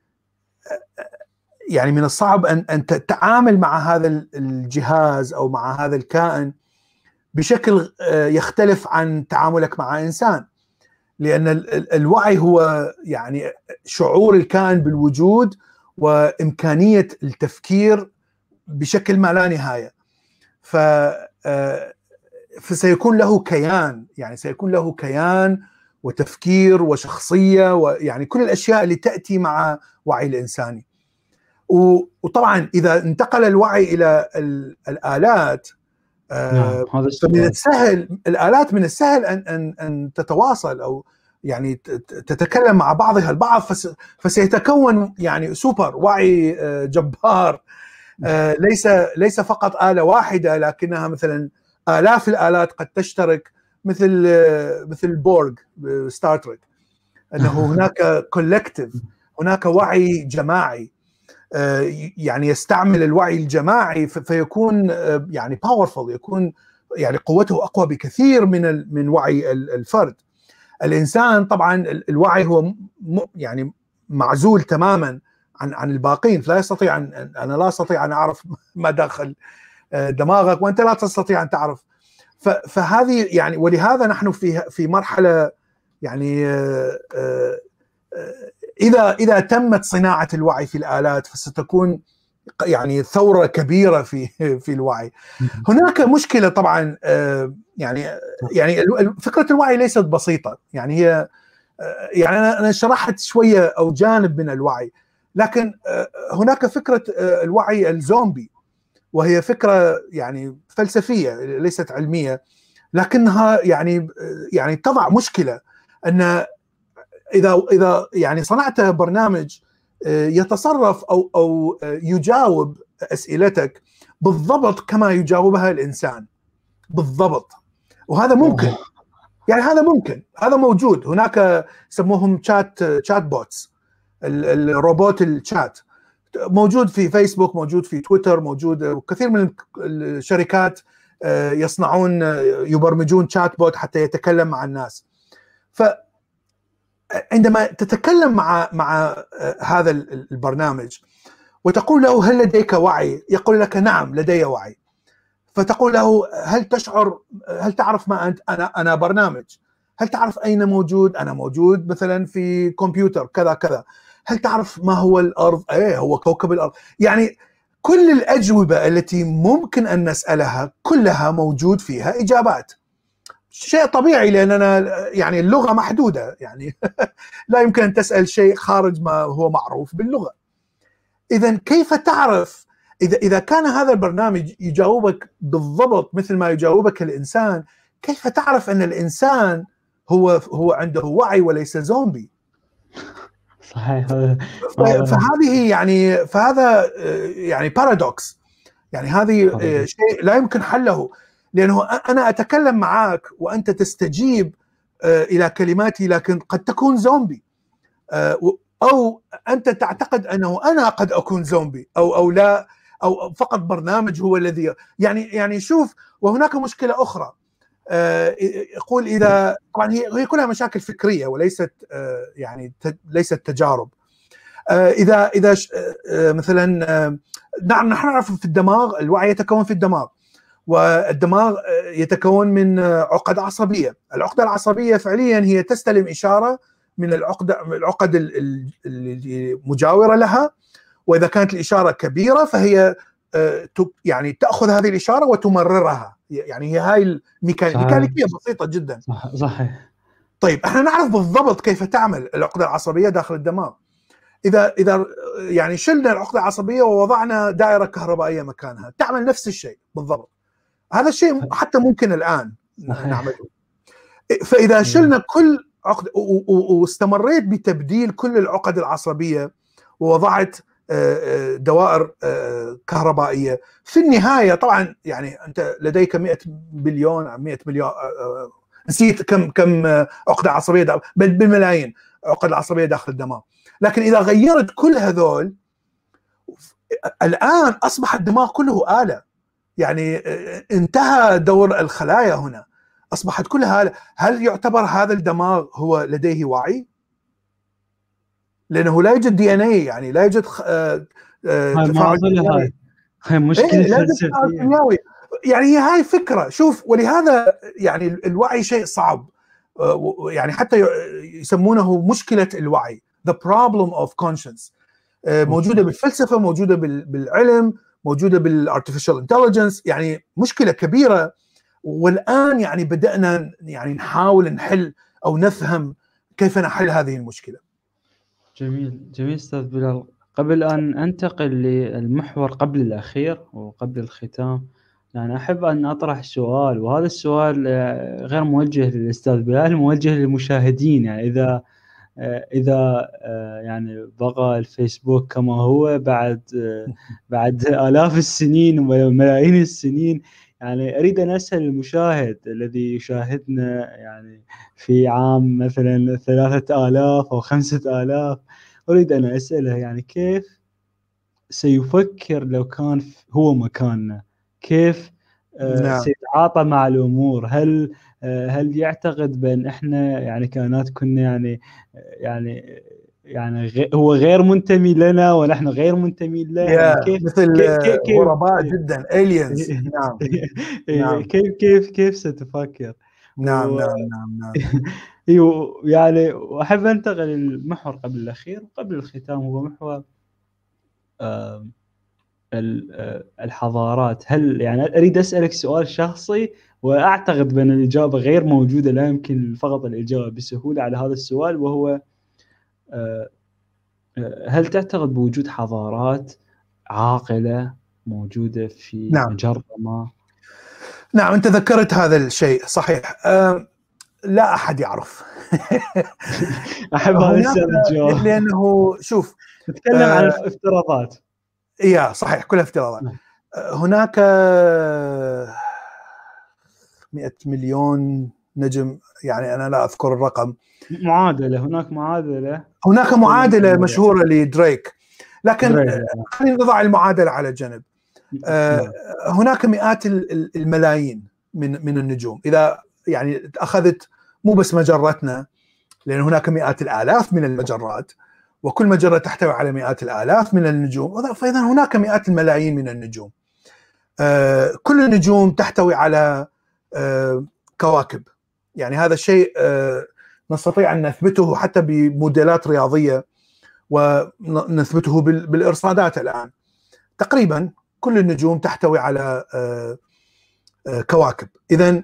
Speaker 2: يعني من الصعب أن أن تتعامل مع هذا الجهاز أو مع هذا الكائن بشكل يختلف عن تعاملك مع إنسان، لأن الوعي هو يعني شعور الكائن بالوجود وإمكانية التفكير بشكل ما لا نهاية. ف فسيكون له كيان، يعني سيكون له كيان وتفكير وشخصية، ويعني كل الأشياء اللي تأتي مع وعي الإنساني. وطبعا إذا انتقل الوعي إلى الآلات،
Speaker 1: نعم. هذا
Speaker 2: من السهل الآلات من السهل أن أن أن تتواصل أو يعني تتكلم مع بعضها البعض، فسيتكون يعني سوبر وعي جبار، ليس ليس فقط آلة واحدة، لكنها مثلا آلاف الآلات قد تشترك، مثل مثل بورغ ستار تريك، أنه هناك كولكتيف، هناك وعي جماعي، يعني يستعمل الوعي الجماعي فيكون يعني باورفul، يكون يعني قوته أقوى بكثير من من وعي الفرد. الإنسان طبعا الوعي هو يعني معزول تماما عن عن الباقين، فلا يستطيع أن أنا لا أستطيع أن أعرف ما داخل دماغك وأنت لا تستطيع أن تعرف. فهذه يعني ولهذا نحن في في مرحلة يعني إذا إذا تمت صناعة الوعي في الآلات فستكون يعني ثورة كبيرة في في الوعي. هناك مشكلة طبعا، يعني يعني فكرة الوعي ليست بسيطة، يعني هي يعني أنا شرحت شوية أو جانب من الوعي، لكن هناك فكرة الوعي الزومبي، وهي فكرة يعني فلسفية ليست علمية، لكنها يعني يعني تضع مشكلة أن إذا إذا يعني صنعت برنامج يتصرف أو أو يجاوب أسئلتك بالضبط كما يجاوبها الإنسان بالضبط، وهذا ممكن، يعني هذا ممكن، هذا موجود. هناك يسموهم تشات تشات بوتس، الروبوت الشات، موجود في فيسبوك، موجود في تويتر، موجود كثير من الشركات يصنعون يبرمجون شات بوت حتى يتكلم مع الناس. فعندما تتكلم مع مع هذا البرنامج وتقول له هل لديك وعي؟ يقول لك نعم لدي وعي. فتقول له هل تشعر، هل تعرف ما أنت؟ أنا أنا برنامج. هل تعرف أين موجود؟ أنا موجود مثلا في كمبيوتر كذا كذا. هل تعرف ما هو الأرض؟ إيه هو كوكب الأرض. يعني كل الأجوبة التي ممكن أن نسألها كلها موجود فيها إجابات. شيء طبيعي لأننا يعني اللغة محدودة، يعني لا يمكن أن تسأل شيء خارج ما هو معروف باللغة. إذن كيف تعرف إذا إذا كان هذا البرنامج يجاوبك بالضبط مثل ما يجاوبك الإنسان، كيف تعرف أن الإنسان هو هو عنده وعي وليس زومبي؟
Speaker 1: صحيح.
Speaker 2: فهذه يعني فهذا يعني بارادوكس، يعني هذه شيء لا يمكن حله، لأنه أنا أتكلم معك وأنت تستجيب إلى كلماتي، لكن قد تكون زومبي، أو أنت تعتقد أنه أنا قد أكون زومبي أو أو لا، أو فقط برنامج هو الذي يعني يعني شوف. وهناك مشكلة أخرى، يقول إذا طبعا هي هي كلها مشاكل فكرية وليست يعني ليست تجارب. إذا إذا مثلا نعم نحن نعرف في الدماغ الوعي يتكون في الدماغ، والدماغ يتكون من عقد عصبية. العقدة العصبية فعليا هي تستلم إشارة من العقدة العقد المجاورة لها، وإذا كانت الإشارة كبيرة فهي يعني تأخذ هذه الإشارة وتمررها، يعني هي هاي الميكانيكية بسيطة جدا.
Speaker 1: صح صحيح.
Speaker 2: طيب احنا نعرف بالضبط كيف تعمل العقدة العصبية داخل الدماغ، اذا اذا يعني شلنا العقده العصبيه ووضعنا دائره كهربائيه مكانها تعمل نفس الشيء بالضبط. هذا الشيء حتى ممكن الان نعمله. فاذا شلنا كل عقده واستمريت بتبديل كل العقد العصبيه ووضعت دوائر كهربائيه، في النهايه طبعا يعني انت لديك مئة بليون او مئة مليون، نسيت كم كم عقده عصبيه، بل بالملايين عقد عصبيه داخل الدماغ. لكن اذا غيرت كل هذول الان اصبح الدماغ كله آلة، يعني انتهى دور الخلايا هنا، اصبحت كلها آلة. هل يعتبر هذا الدماغ هو لديه وعي؟ لانه لا يوجد دي ان اي، يعني لا يوجد
Speaker 1: تفاعل كيميائي. هاي مشكله فلسفيه.
Speaker 2: يعني هي هاي فكره. شوف، ولهذا يعني الوعي شيء صعب، يعني حتى يسمونه مشكله الوعي، the problem of conscience. موجوده بالفلسفه، موجوده بالعلم، موجوده بالارتفيشال انتليجنس، يعني مشكله كبيره. والان يعني بدانا يعني نحاول نحل او نفهم كيف نحل هذه المشكله.
Speaker 1: جميل جميل استاذ بلال. قبل ان انتقل للمحور قبل الاخير وقبل الختام، يعني احب ان اطرح سؤال، وهذا السؤال غير موجه للاستاذ بلال، موجه للمشاهدين. يعني اذا اذا يعني بقى الفيسبوك كما هو بعد بعد آلاف السنين وملايين السنين، يعني اريد ان اسال المشاهد الذي يشاهدنا يعني في عام مثلا ثلاثة آلاف او خمسة آلاف، اريد ان اساله يعني كيف سيفكر لو كان هو مكاننا، كيف نعم. سيتعاطى مع الامور. هل هل يعتقد بان احنا يعني كائنات كنا يعني يعني يعني غي هو غير منتمي لنا ونحن غير منتمين له؟ يعني كيف
Speaker 2: مثل غرباء جدا aliens. نعم.
Speaker 1: نعم. كيف كيف كيف ستفكر؟
Speaker 2: نعم و... نعم نعم نعم
Speaker 1: يعني واحب انتقل للمحور قبل الاخير وقبل الختام، هو محور آه الحضارات. هل يعني اريد اسالك سؤال شخصي، واعتقد بان الاجابه غير موجوده، لا يمكن فقط الاجابه بسهوله على هذا السؤال، وهو هل تعتقد بوجود حضارات عاقله موجوده في نعم. مجره ما؟
Speaker 2: نعم، انت ذكرت هذا الشيء صحيح. أه لا احد يعرف.
Speaker 1: احب هذا السؤال
Speaker 2: لانه شوف
Speaker 1: نتكلم أه عن الافتراضات.
Speaker 2: يا صحيح، كلها افتراضات. نعم. هناك مئة مليون نجم، يعني أنا لا أذكر الرقم.
Speaker 1: معادلة، هناك معادلة
Speaker 2: هناك معادلة مشهورة لدريك، لكن خلينا نضع المعادلة على جنب. آه هناك مئات الملايين من من النجوم. إذا يعني أخذت مو بس مجرتنا، لأن هناك مئات الآلاف من المجرات، وكل مجرة تحتوي على مئات الآلاف من النجوم، فإذا هناك مئات الملايين من النجوم. آه كل النجوم تحتوي على آه كواكب. يعني هذا الشيء آه نستطيع أن نثبته حتى بموديلات رياضية، ونثبته بالإرصادات الآن. تقريبا كل النجوم تحتوي على آه آه كواكب. إذن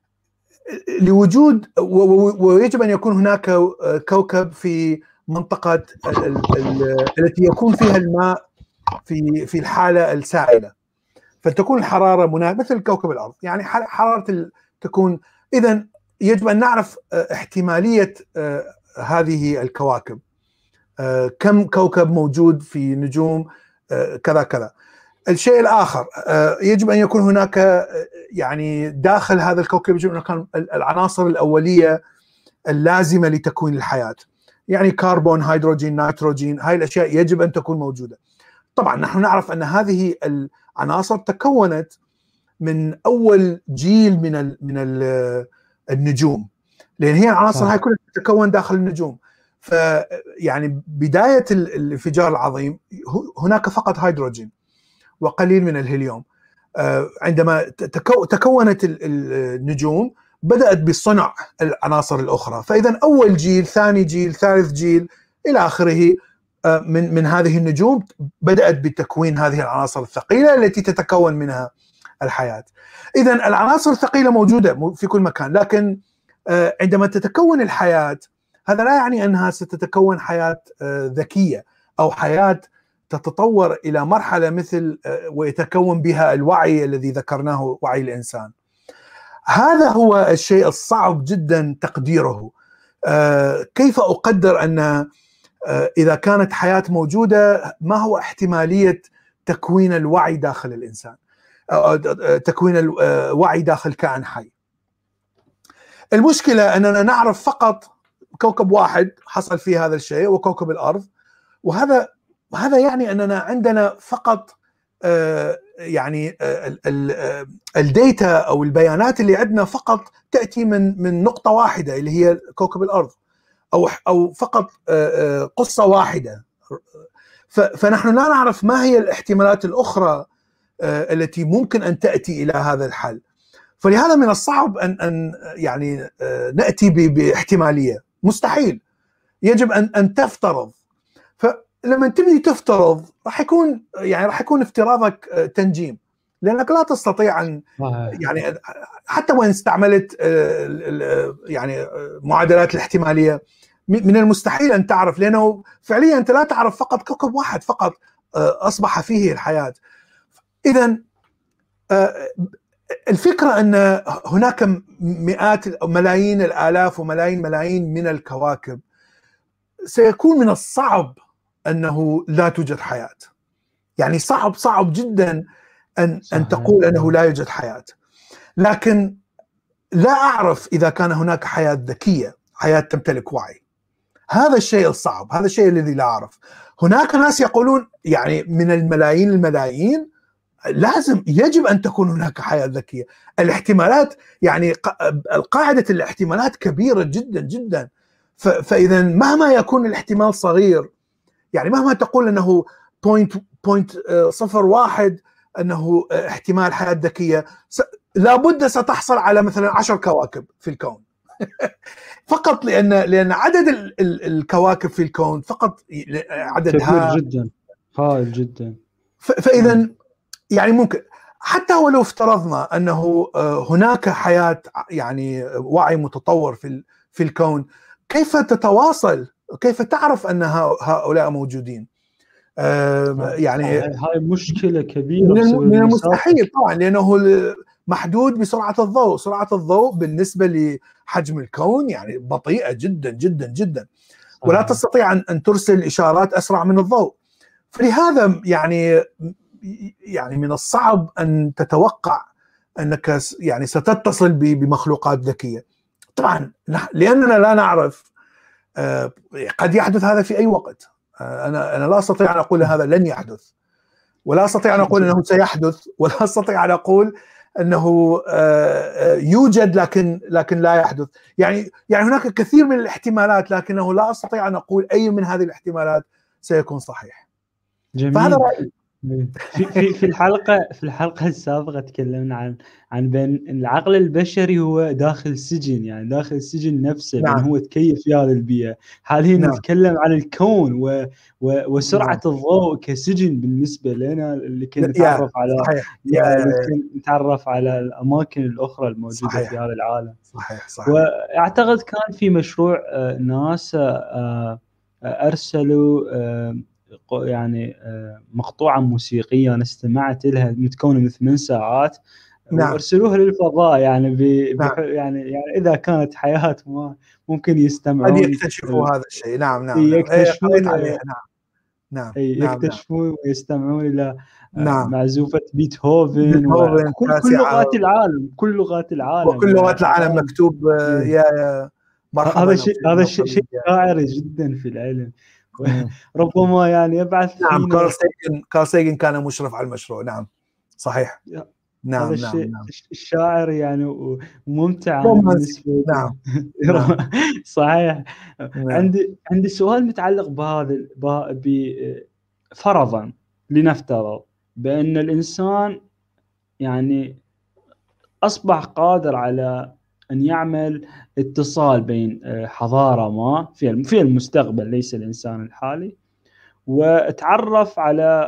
Speaker 2: لوجود، ويجب أن يكون هناك كوكب في منطقة التي يكون فيها الماء في في الحالة السائلة، فتكون الحرارة مناسبة مثل كوكب الأرض، يعني حرارة تكون. إذن يجب أن نعرف احتمالية هذه الكواكب، كم كوكب موجود في نجوم كذا كذا. الشيء الآخر، يجب أن يكون هناك يعني داخل هذا الكوكب يجب أن يكون العناصر الأولية اللازمة لتكوين الحياة، يعني كربون، هيدروجين، نيتروجين. هاي الأشياء يجب أن تكون موجودة. طبعا نحن نعرف أن هذه العناصر تكونت من أول جيل من ال من ال النجوم، لأن هي العناصر هاي كلها تتكون داخل النجوم. فيعني بداية الانفجار العظيم هناك فقط هيدروجين وقليل من الهيليوم. عندما تكونت النجوم بدأت بصنع العناصر الأخرى. فإذا أول جيل، ثاني جيل، ثالث جيل إلى آخره من من هذه النجوم بدأت بتكوين هذه العناصر الثقيلة التي تتكون منها الحياة. إذا العناصر الثقيلة موجودة في كل مكان، لكن عندما تتكون الحياة هذا لا يعني أنها ستتكون حياة ذكية أو حياة تتطور إلى مرحلة مثل ويتكون بها الوعي الذي ذكرناه، وعي الإنسان. هذا هو الشيء الصعب جدا تقديره. كيف أقدر أن إذا كانت حياة موجودة ما هو احتمالية تكوين الوعي داخل الإنسان، تكوين الوعي داخل كائن حي؟ المشكلة أننا نعرف فقط كوكب واحد حصل فيه هذا الشيء، وكوكب الأرض، وهذا هذا يعني أننا عندنا فقط يعني الديتا أو البيانات اللي عندنا فقط تأتي من من نقطة واحدة اللي هي كوكب الأرض، أو أو فقط قصة واحدة. فنحن لا نعرف ما هي الاحتمالات الأخرى التي ممكن أن تأتي إلى هذا الحل. فلهذا من الصعب أن أن يعني نأتي باحتمالية، مستحيل. يجب أن أن تفترض. فلما تبدي تفترض راح يكون يعني راح يكون افتراضك تنجيم، لأنك لا تستطيع أن يعني حتى وإن استعملت يعني معادلات الاحتمالية من المستحيل أن تعرف، لأنه فعليا أنت لا تعرف فقط كوكب واحد فقط أصبح فيه الحياة. إذن الفكرة أن هناك مئات أو ملايين الآلاف وملايين ملايين من الكواكب، سيكون من الصعب أنه لا توجد حياة. يعني صعب صعب جدا أن أن تقول أنه لا يوجد حياة. لكن لا أعرف إذا كان هناك حياة ذكية، حياة تمتلك وعي. هذا الشيء الصعب، هذا الشيء الذي لا أعرف. هناك ناس يقولون يعني من الملايين الملايين لازم يجب أن تكون هناك حياة ذكية. الاحتمالات يعني قاعدة الاحتمالات كبيرة جدا جدا. فإذا مهما يكون الاحتمال صغير، يعني مهما تقول أنه بوينت بوينت صفر واحد أنه احتمال حياة ذكية، لابد ستحصل على مثلا عشر كواكب في الكون فقط، لأن لأن عدد ال ال الكواكب في الكون فقط عددها
Speaker 1: كبير جدا، هائل جدا.
Speaker 2: فإذا يعني ممكن حتى ولو افترضنا أنه هناك حياة يعني وعي متطور في في الكون، كيف تتواصل؟ كيف تعرف أن هؤلاء موجودين؟ يعني
Speaker 1: هاي مشكلة كبيرة
Speaker 2: من المستحيل طبعا، لأنه محدود بسرعة الضوء. سرعة الضوء بالنسبة لحجم الكون يعني بطيئة جدا جدا جدا، ولا تستطيع أن ترسل إشارات أسرع من الضوء. فلهذا يعني يعني من الصعب أن تتوقع أنك يعني ستتصل بمخلوقات ذكية. طبعا لأننا لا نعرف، قد يحدث هذا في أي وقت. أنا أنا لا أستطيع أن أقول هذا لن يحدث، ولا أستطيع أن أقول أنه سيحدث، ولا أستطيع أن أقول أنه يوجد لكن لكن لا يحدث. يعني يعني هناك كثير من الاحتمالات، لكنه لا أستطيع أن أقول أي من هذه الاحتمالات سيكون صحيح.
Speaker 1: جميل.
Speaker 2: فهذا رأيي.
Speaker 1: في في في الحلقه في الحلقه السابقه تكلمنا عن عن بين العقل البشري هو داخل سجن، يعني داخل السجن نفسه، نعم. بأن هو تكيف في هذه البيئه. حاليا نعم. نتكلم عن الكون و و وسرعه نعم. الضوء كسجن بالنسبه لنا اللي كنا نتعرف على
Speaker 2: صحيح.
Speaker 1: نتعرف على الاماكن الاخرى الموجوده صحيح. في هذا العالم.
Speaker 2: صحيح صحيح.
Speaker 1: واعتقد كان في مشروع ناسا ارسلوا يعني مقطوعة موسيقية أنا استمعت لها متكونة من ثمان ساعات، نعم. وارسلوها للفضاء يعني ب... نعم. يعني يعني إذا كانت حياة ما ممكن يستمعون،
Speaker 2: قد يكتشفوا هذا الشيء. نعم نعم
Speaker 1: يكتشفون
Speaker 2: عليه. نعم نعم
Speaker 1: يكتشفون نعم. ويستمعون إلى
Speaker 2: نعم.
Speaker 1: معزوفة بيتهوفن, بيتهوفن وكل كل لغات العالم كل لغات العالم
Speaker 2: وكل لغات العالم مكتوب يا يا مرحبا.
Speaker 1: هذا شيء هذا شيء شاعري جدا في العلم. ربما يعني يبعث
Speaker 2: نعم. كارل ساجن كارل ساجن كان مشرف على المشروع. نعم صحيح. نعم
Speaker 1: هذا
Speaker 2: نعم,
Speaker 1: نعم. الشاعر يعني وممتع
Speaker 2: بالنسبه
Speaker 1: نعم. نعم صحيح. نعم. عندي عندي سؤال متعلق بهذا ب فرضا لنفترض بأن الإنسان يعني أصبح قادر على أن يعمل اتصال بين حضارة ما في في المستقبل، ليس الإنسان الحالي، وتعرف على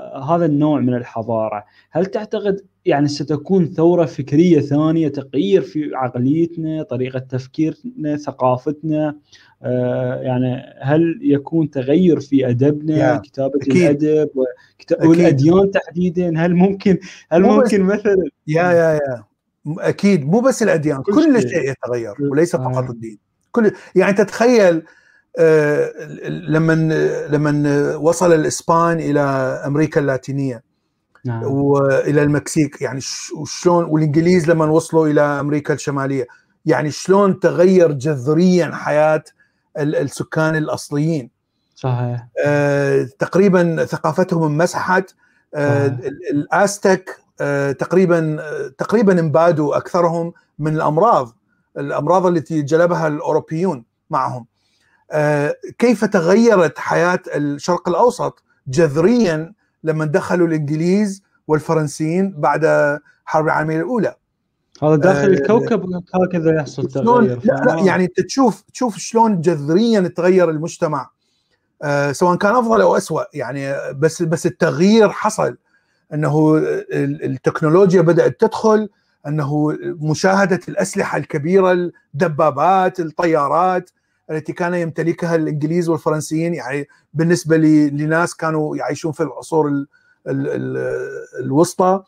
Speaker 1: هذا النوع من الحضارة، هل تعتقد يعني ستكون ثورة فكرية ثانية تغير في عقليتنا، طريقة تفكيرنا، ثقافتنا؟ آه يعني هل يكون تغير في أدبنا،
Speaker 2: yeah.
Speaker 1: كتابة
Speaker 2: أكيد.
Speaker 1: الأدب والأديان تحديدا؟ هل ممكن هل
Speaker 2: مو
Speaker 1: ممكن مثلا
Speaker 2: يا يا يا اكيد مو بس الاديان،
Speaker 1: كل
Speaker 2: كل
Speaker 1: شيء.
Speaker 2: شيء يتغير وليس
Speaker 1: آه.
Speaker 2: فقط الدين. كل يعني تتخيل آه لما لما وصل الاسبان الى امريكا اللاتينيه،
Speaker 1: نعم.
Speaker 2: والى المكسيك، يعني شلون، والانجليز لما وصلوا الى امريكا الشماليه، يعني شلون تغير جذريا حياه السكان الاصليين.
Speaker 1: صحيح.
Speaker 2: آه تقريبا ثقافتهم انمسحت. آه الازتك آه تقريبا تقريبا انبادوا اكثرهم من الامراض الامراض التي جلبها الاوروبيون معهم. آه كيف تغيرت حياه الشرق الاوسط جذريا لما دخلوا الانجليز والفرنسيين بعد الحرب العالميه الاولى.
Speaker 1: هذا داخل آه الكوكب هكذا يحصل تغير.
Speaker 2: لا لا يعني انت تشوف تشوف شلون جذريا تغير المجتمع، آه سواء كان افضل او اسوء، يعني بس بس التغيير حصل، انه التكنولوجيا بدات تدخل، انه مشاهده الاسلحه الكبيره، الدبابات، الطيارات التي كان يمتلكها الانجليز والفرنسيين، يعني بالنسبه لناس كانوا يعيشون في العصور ال ال ال الوسطى،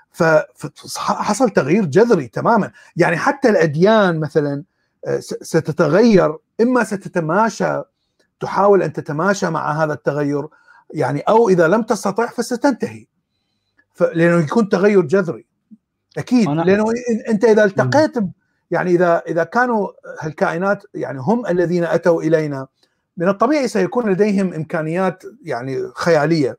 Speaker 2: فحصل تغيير جذري تماما. يعني حتى الاديان مثلا ستتغير، اما ستتماشى، تحاول أن تتماشى مع هذا التغير، يعني أو إذا لم تستطع فستنتهي، لأنه يكون تغير جذري أكيد. لأنه أنت إذا التقيت، يعني إذا إذا كانوا هالكائنات يعني هم الذين أتوا إلينا، من الطبيعي سيكون لديهم إمكانيات يعني خيالية،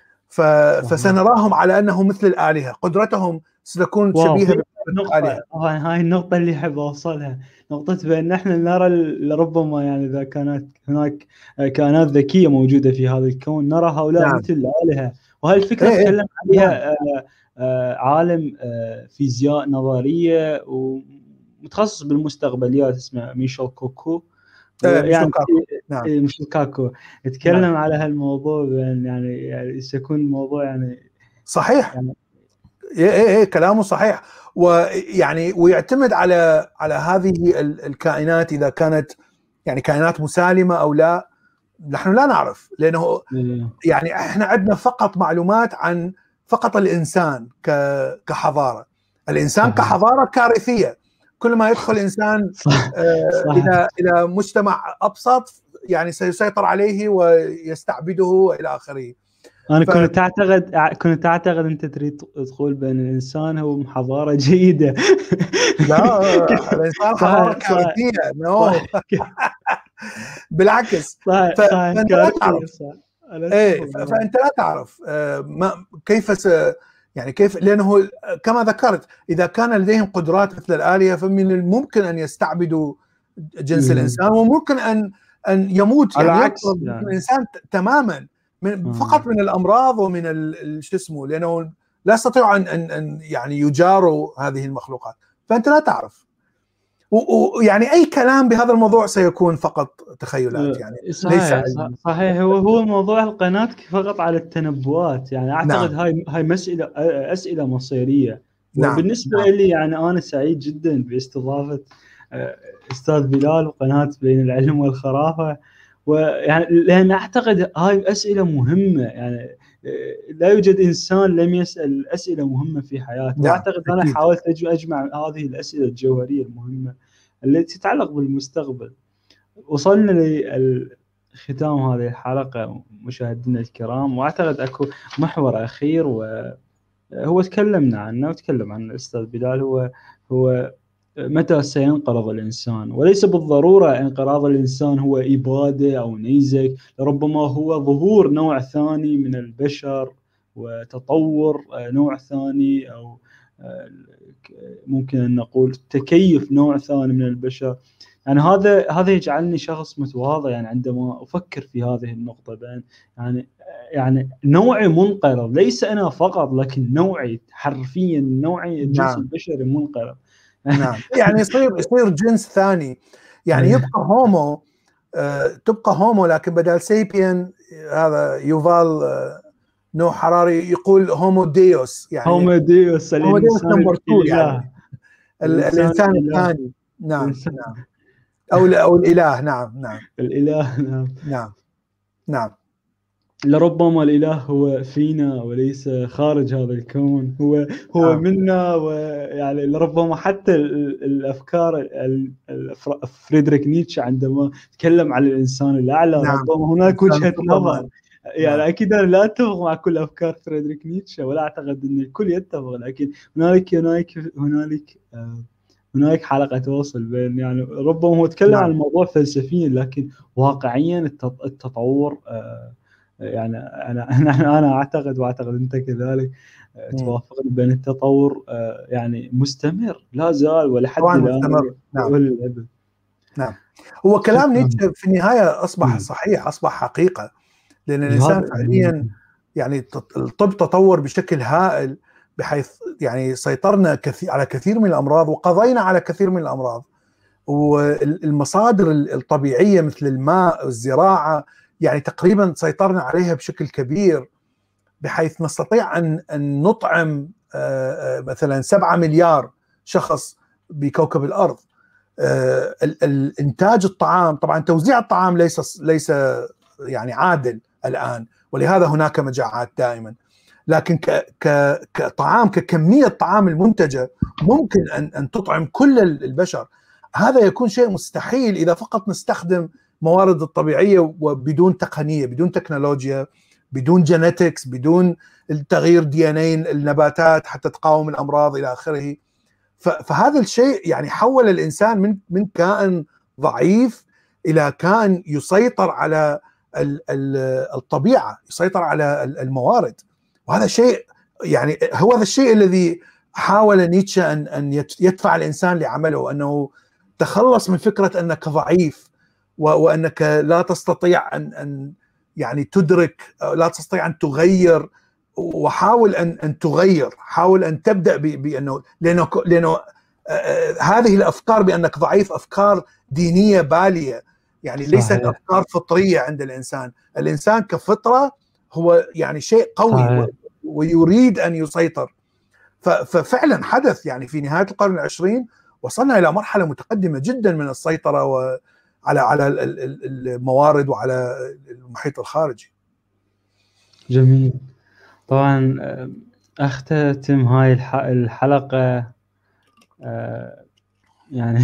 Speaker 2: فسنراهم على أنهم مثل الآلهة، قدرتهم ستكون شبيهة
Speaker 1: بالآلهة. هاي النقطة اللي أحب أوصلها، نقطة بأن احنا نرى ربما يعني إذا كانت هناك كائنات ذكية موجودة في هذا الكون، نرى هؤلاء نعم. مثل الآلهة. وهي الفكرة
Speaker 2: إيه
Speaker 1: تكلم عليها نعم. عالم فيزياء نظرية ومتخصص بالمستقبليات اسمه ميشيل كوكو.
Speaker 2: يعني نعم.
Speaker 1: ميشيل كوكو يتكلم نعم. على هالموضوع، بأن يعني, يعني سيكون الموضوع يعني
Speaker 2: صحيح يعني ايه ايه ايه كلامه صحيح. ويعني ويعتمد على على هذه الكائنات اذا كانت يعني كائنات مسالمه او لا، نحن لا نعرف، لانه يعني احنا عندنا فقط معلومات عن فقط الانسان كحضاره. الانسان صحيح. كحضاره كارثيه، كل ما يدخل انسان صح. آه الى الى مجتمع ابسط يعني سيسيطر عليه ويستعبده والى اخره.
Speaker 1: أنا ف... كنت أعتقد كنت أعتقد أنت تريد تقول بأن الإنسان هو حضارة جيدة.
Speaker 2: لا الإنسان حضارة كارثية. نو بالعكس.
Speaker 1: صحيح.
Speaker 2: ف...
Speaker 1: صحيح.
Speaker 2: فأنت لا تعرف. إيه ف... فأنت لا تعرف آه ما... كيف س... يعني كيف، لأنه كما ذكرت إذا كان لديهم قدرات مثل الآلهة فمن الممكن أن يستعبدوا جنس م. الإنسان، وممكن أن أن يموت يعني
Speaker 1: العكس
Speaker 2: يعني. الإنسان تماما من فقط من الامراض ومن شو اسمه، لانه لا يستطيعوا ان ان يعني يجاروا هذه المخلوقات، فانت لا تعرف. ويعني اي كلام بهذا الموضوع سيكون فقط تخيلات يعني.
Speaker 1: صحيح. ليس صحيح. هو هو موضوع القناه فقط على التنبؤات، يعني اعتقد نعم. هاي هاي مساله اسئله مصيريه. نعم. وبالنسبه نعم. لي يعني انا سعيد جدا باستضافه استاذ بلال وقناه بين العلم والخرافه، ويعني لأن أعتقد هاي أسئلة مهمة، يعني لا يوجد إنسان لم يسأل أسئلة مهمة في حياته. نعم. وأعتقد أنا أكيد. حاولت أجمع هذه الأسئلة الجوهرية المهمة التي تتعلق بالمستقبل. وصلنا لختام هذه الحلقة مشاهدينا الكرام، وأعتقد أكو محور أخير وهو تكلمنا عنه وتكلم عنه الأستاذ بلال، هو هو متى سينقرض الإنسان. وليس بالضرورة انقراض الإنسان هو إبادة أو نيزك، ربما هو ظهور نوع ثاني من البشر وتطور نوع ثاني، أو ممكن أن نقول تكيف نوع ثاني من البشر. يعني هذا هذا يجعلني شخص متواضع يعني عندما أفكر في هذه النقطة، بأن يعني يعني نوعي منقرض، ليس أنا فقط لكن نوعي حرفيا، نوعي الجنس نعم. البشري منقرض.
Speaker 2: نعم. يعني يصير يصير جنس ثاني، يعني يبقى هومو آه، تبقى هومو لكن بدل سيبيان هذا يوفال آه، نو حراري يقول هومو ديوس، يعني
Speaker 1: هومو ديوس،
Speaker 2: هومو ديوس
Speaker 1: الانسان
Speaker 2: نمبر اثنين،
Speaker 1: الاله.
Speaker 2: يعني ال-
Speaker 1: الانسان
Speaker 2: الانسان
Speaker 1: الاله.
Speaker 2: الثاني. نعم
Speaker 1: الإنسان
Speaker 2: نعم. او ال- او الاله. نعم نعم
Speaker 1: الاله. نعم.
Speaker 2: نعم نعم
Speaker 1: لربما الإله هو فينا وليس خارج هذا الكون، هو هو
Speaker 2: نعم
Speaker 1: منا. ويعني لربما حتى ال- الأفكار ال- ال- فريدريك نيتشه عندما تكلم عن الإنسان الأعلى،
Speaker 2: نعم.
Speaker 1: ربما هناك
Speaker 2: إنسان
Speaker 1: وجهة نظر.
Speaker 2: سوبرمان.
Speaker 1: يعني
Speaker 2: نعم
Speaker 1: أكيد أنا لا أتفق مع كل أفكار فريدريك نيتشه، ولا أعتقد أن الكل يتفق، لكن هنالك هنالك هنالك آه، هنالك حلقة وصل بين، يعني ربما هو تكلم عن
Speaker 2: نعم
Speaker 1: الموضوع فلسفيا، لكن واقعيا التط- التطور آه، يعني انا انا انا اعتقد، واعتقد انت كذلك
Speaker 2: مم.
Speaker 1: توافقني بين التطور آه، يعني مستمر لا زال ولحد
Speaker 2: طبعا
Speaker 1: الان
Speaker 2: مستمر. نعم
Speaker 1: وللابد.
Speaker 2: نعم. هو كلام
Speaker 1: شكرا.
Speaker 2: نيتشه في النهايه اصبح
Speaker 1: مم.
Speaker 2: صحيح، اصبح حقيقه، لان الانسان
Speaker 1: هذا
Speaker 2: فعليا يعني الط- الطب تطور بشكل هائل، بحيث يعني سيطرنا كثير على كثير من الامراض وقضينا على كثير من الامراض. والمصادر الطبيعيه مثل الماء والزراعه يعني تقريبا سيطرنا عليها بشكل كبير، بحيث نستطيع ان ان نطعم آه، آه، مثلا سبعة مليار شخص بكوكب الارض. آه، ال- ال- انتاج الطعام، طبعا توزيع الطعام ليس ليس يعني عادل الان، ولهذا هناك مجاعات دائما. لكن ك ك كطعام، ككميه الطعام المنتجه ممكن ان ان تطعم كل البشر. هذا يكون شيء مستحيل اذا فقط نستخدم موارد الطبيعيه وبدون تقنيه، بدون تكنولوجيا، بدون جينيتكس، بدون التغيير دي ان اي النباتات حتى تقاوم الامراض الى اخره. فهذا الشيء يعني حول الانسان من من كائن ضعيف الى كائن يسيطر على الطبيعه، يسيطر على الموارد. وهذا شيء يعني هو هذا الشيء الذي حاول نيتشه ان ان يدفع الانسان لعمله، انه تخلص من فكره انك ضعيف وانك لا تستطيع ان ان يعني تدرك، لا تستطيع ان تغير، وحاول ان ان تغير، حاول ان تبدا بانه لانه لانه هذه الافكار بانك ضعيف افكار دينيه باليه، يعني
Speaker 1: صحيح.
Speaker 2: ليست افكار فطريه عند الانسان. الانسان كفطره هو يعني شيء قوي
Speaker 1: صحيح.
Speaker 2: ويريد ان يسيطر. ففعلا حدث يعني في نهايه القرن العشرين وصلنا الى مرحله متقدمه جدا من السيطره وعلى على الموارد وعلى المحيط الخارجي.
Speaker 1: جميل. طبعا اختتم هاي الحلقه يعني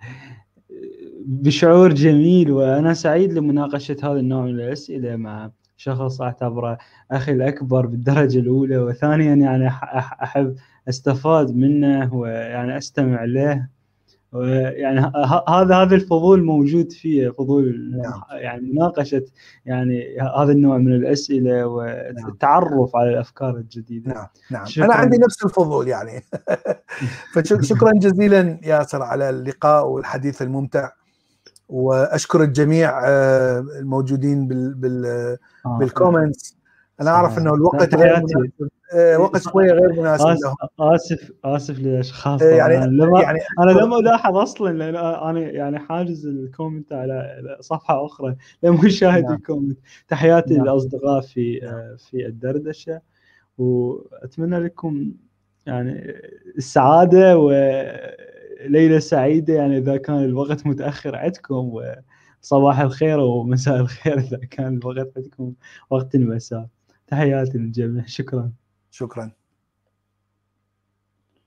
Speaker 1: بشعور جميل، وانا سعيد لمناقشه هذا النوع من الاسئله مع شخص اعتبره اخي الاكبر بالدرجه الاولى، وثانيا يعني احب استفاد منه ويعني استمع له، ويعني هذا هذا الفضول موجود فيه، فضول
Speaker 2: نعم.
Speaker 1: يعني مناقشه يعني هذا النوع من الاسئله والتعرف على الافكار الجديده.
Speaker 2: نعم نعم.
Speaker 1: شكراً.
Speaker 2: انا عندي نفس الفضول يعني. فشكرا جزيلا ياسر على اللقاء والحديث الممتع، واشكر الجميع الموجودين بال بال بالكومنتس. انا اعرف انه الوقت غير مناسب، وقت شويه غير مناسب لهم.
Speaker 1: اسف اسف للاشخاص طبعا.
Speaker 2: يعني
Speaker 1: انا لما
Speaker 2: يعني
Speaker 1: انا لم الاحظ اصلا، لان انا يعني حاجز الكومنت على صفحه اخرى لم اشاهد
Speaker 2: نعم.
Speaker 1: الكومنت. تحياتي
Speaker 2: نعم.
Speaker 1: للاصدقاء في
Speaker 2: نعم.
Speaker 1: في الدردشه، واتمنى لكم يعني السعاده وليله سعيده، يعني اذا كان الوقت متاخر عندكم، وصباح الخير ومساء الخير اذا كان الوقت عندكم وقت المساء. تحياتي للجميع. شكرا.
Speaker 2: شكرا.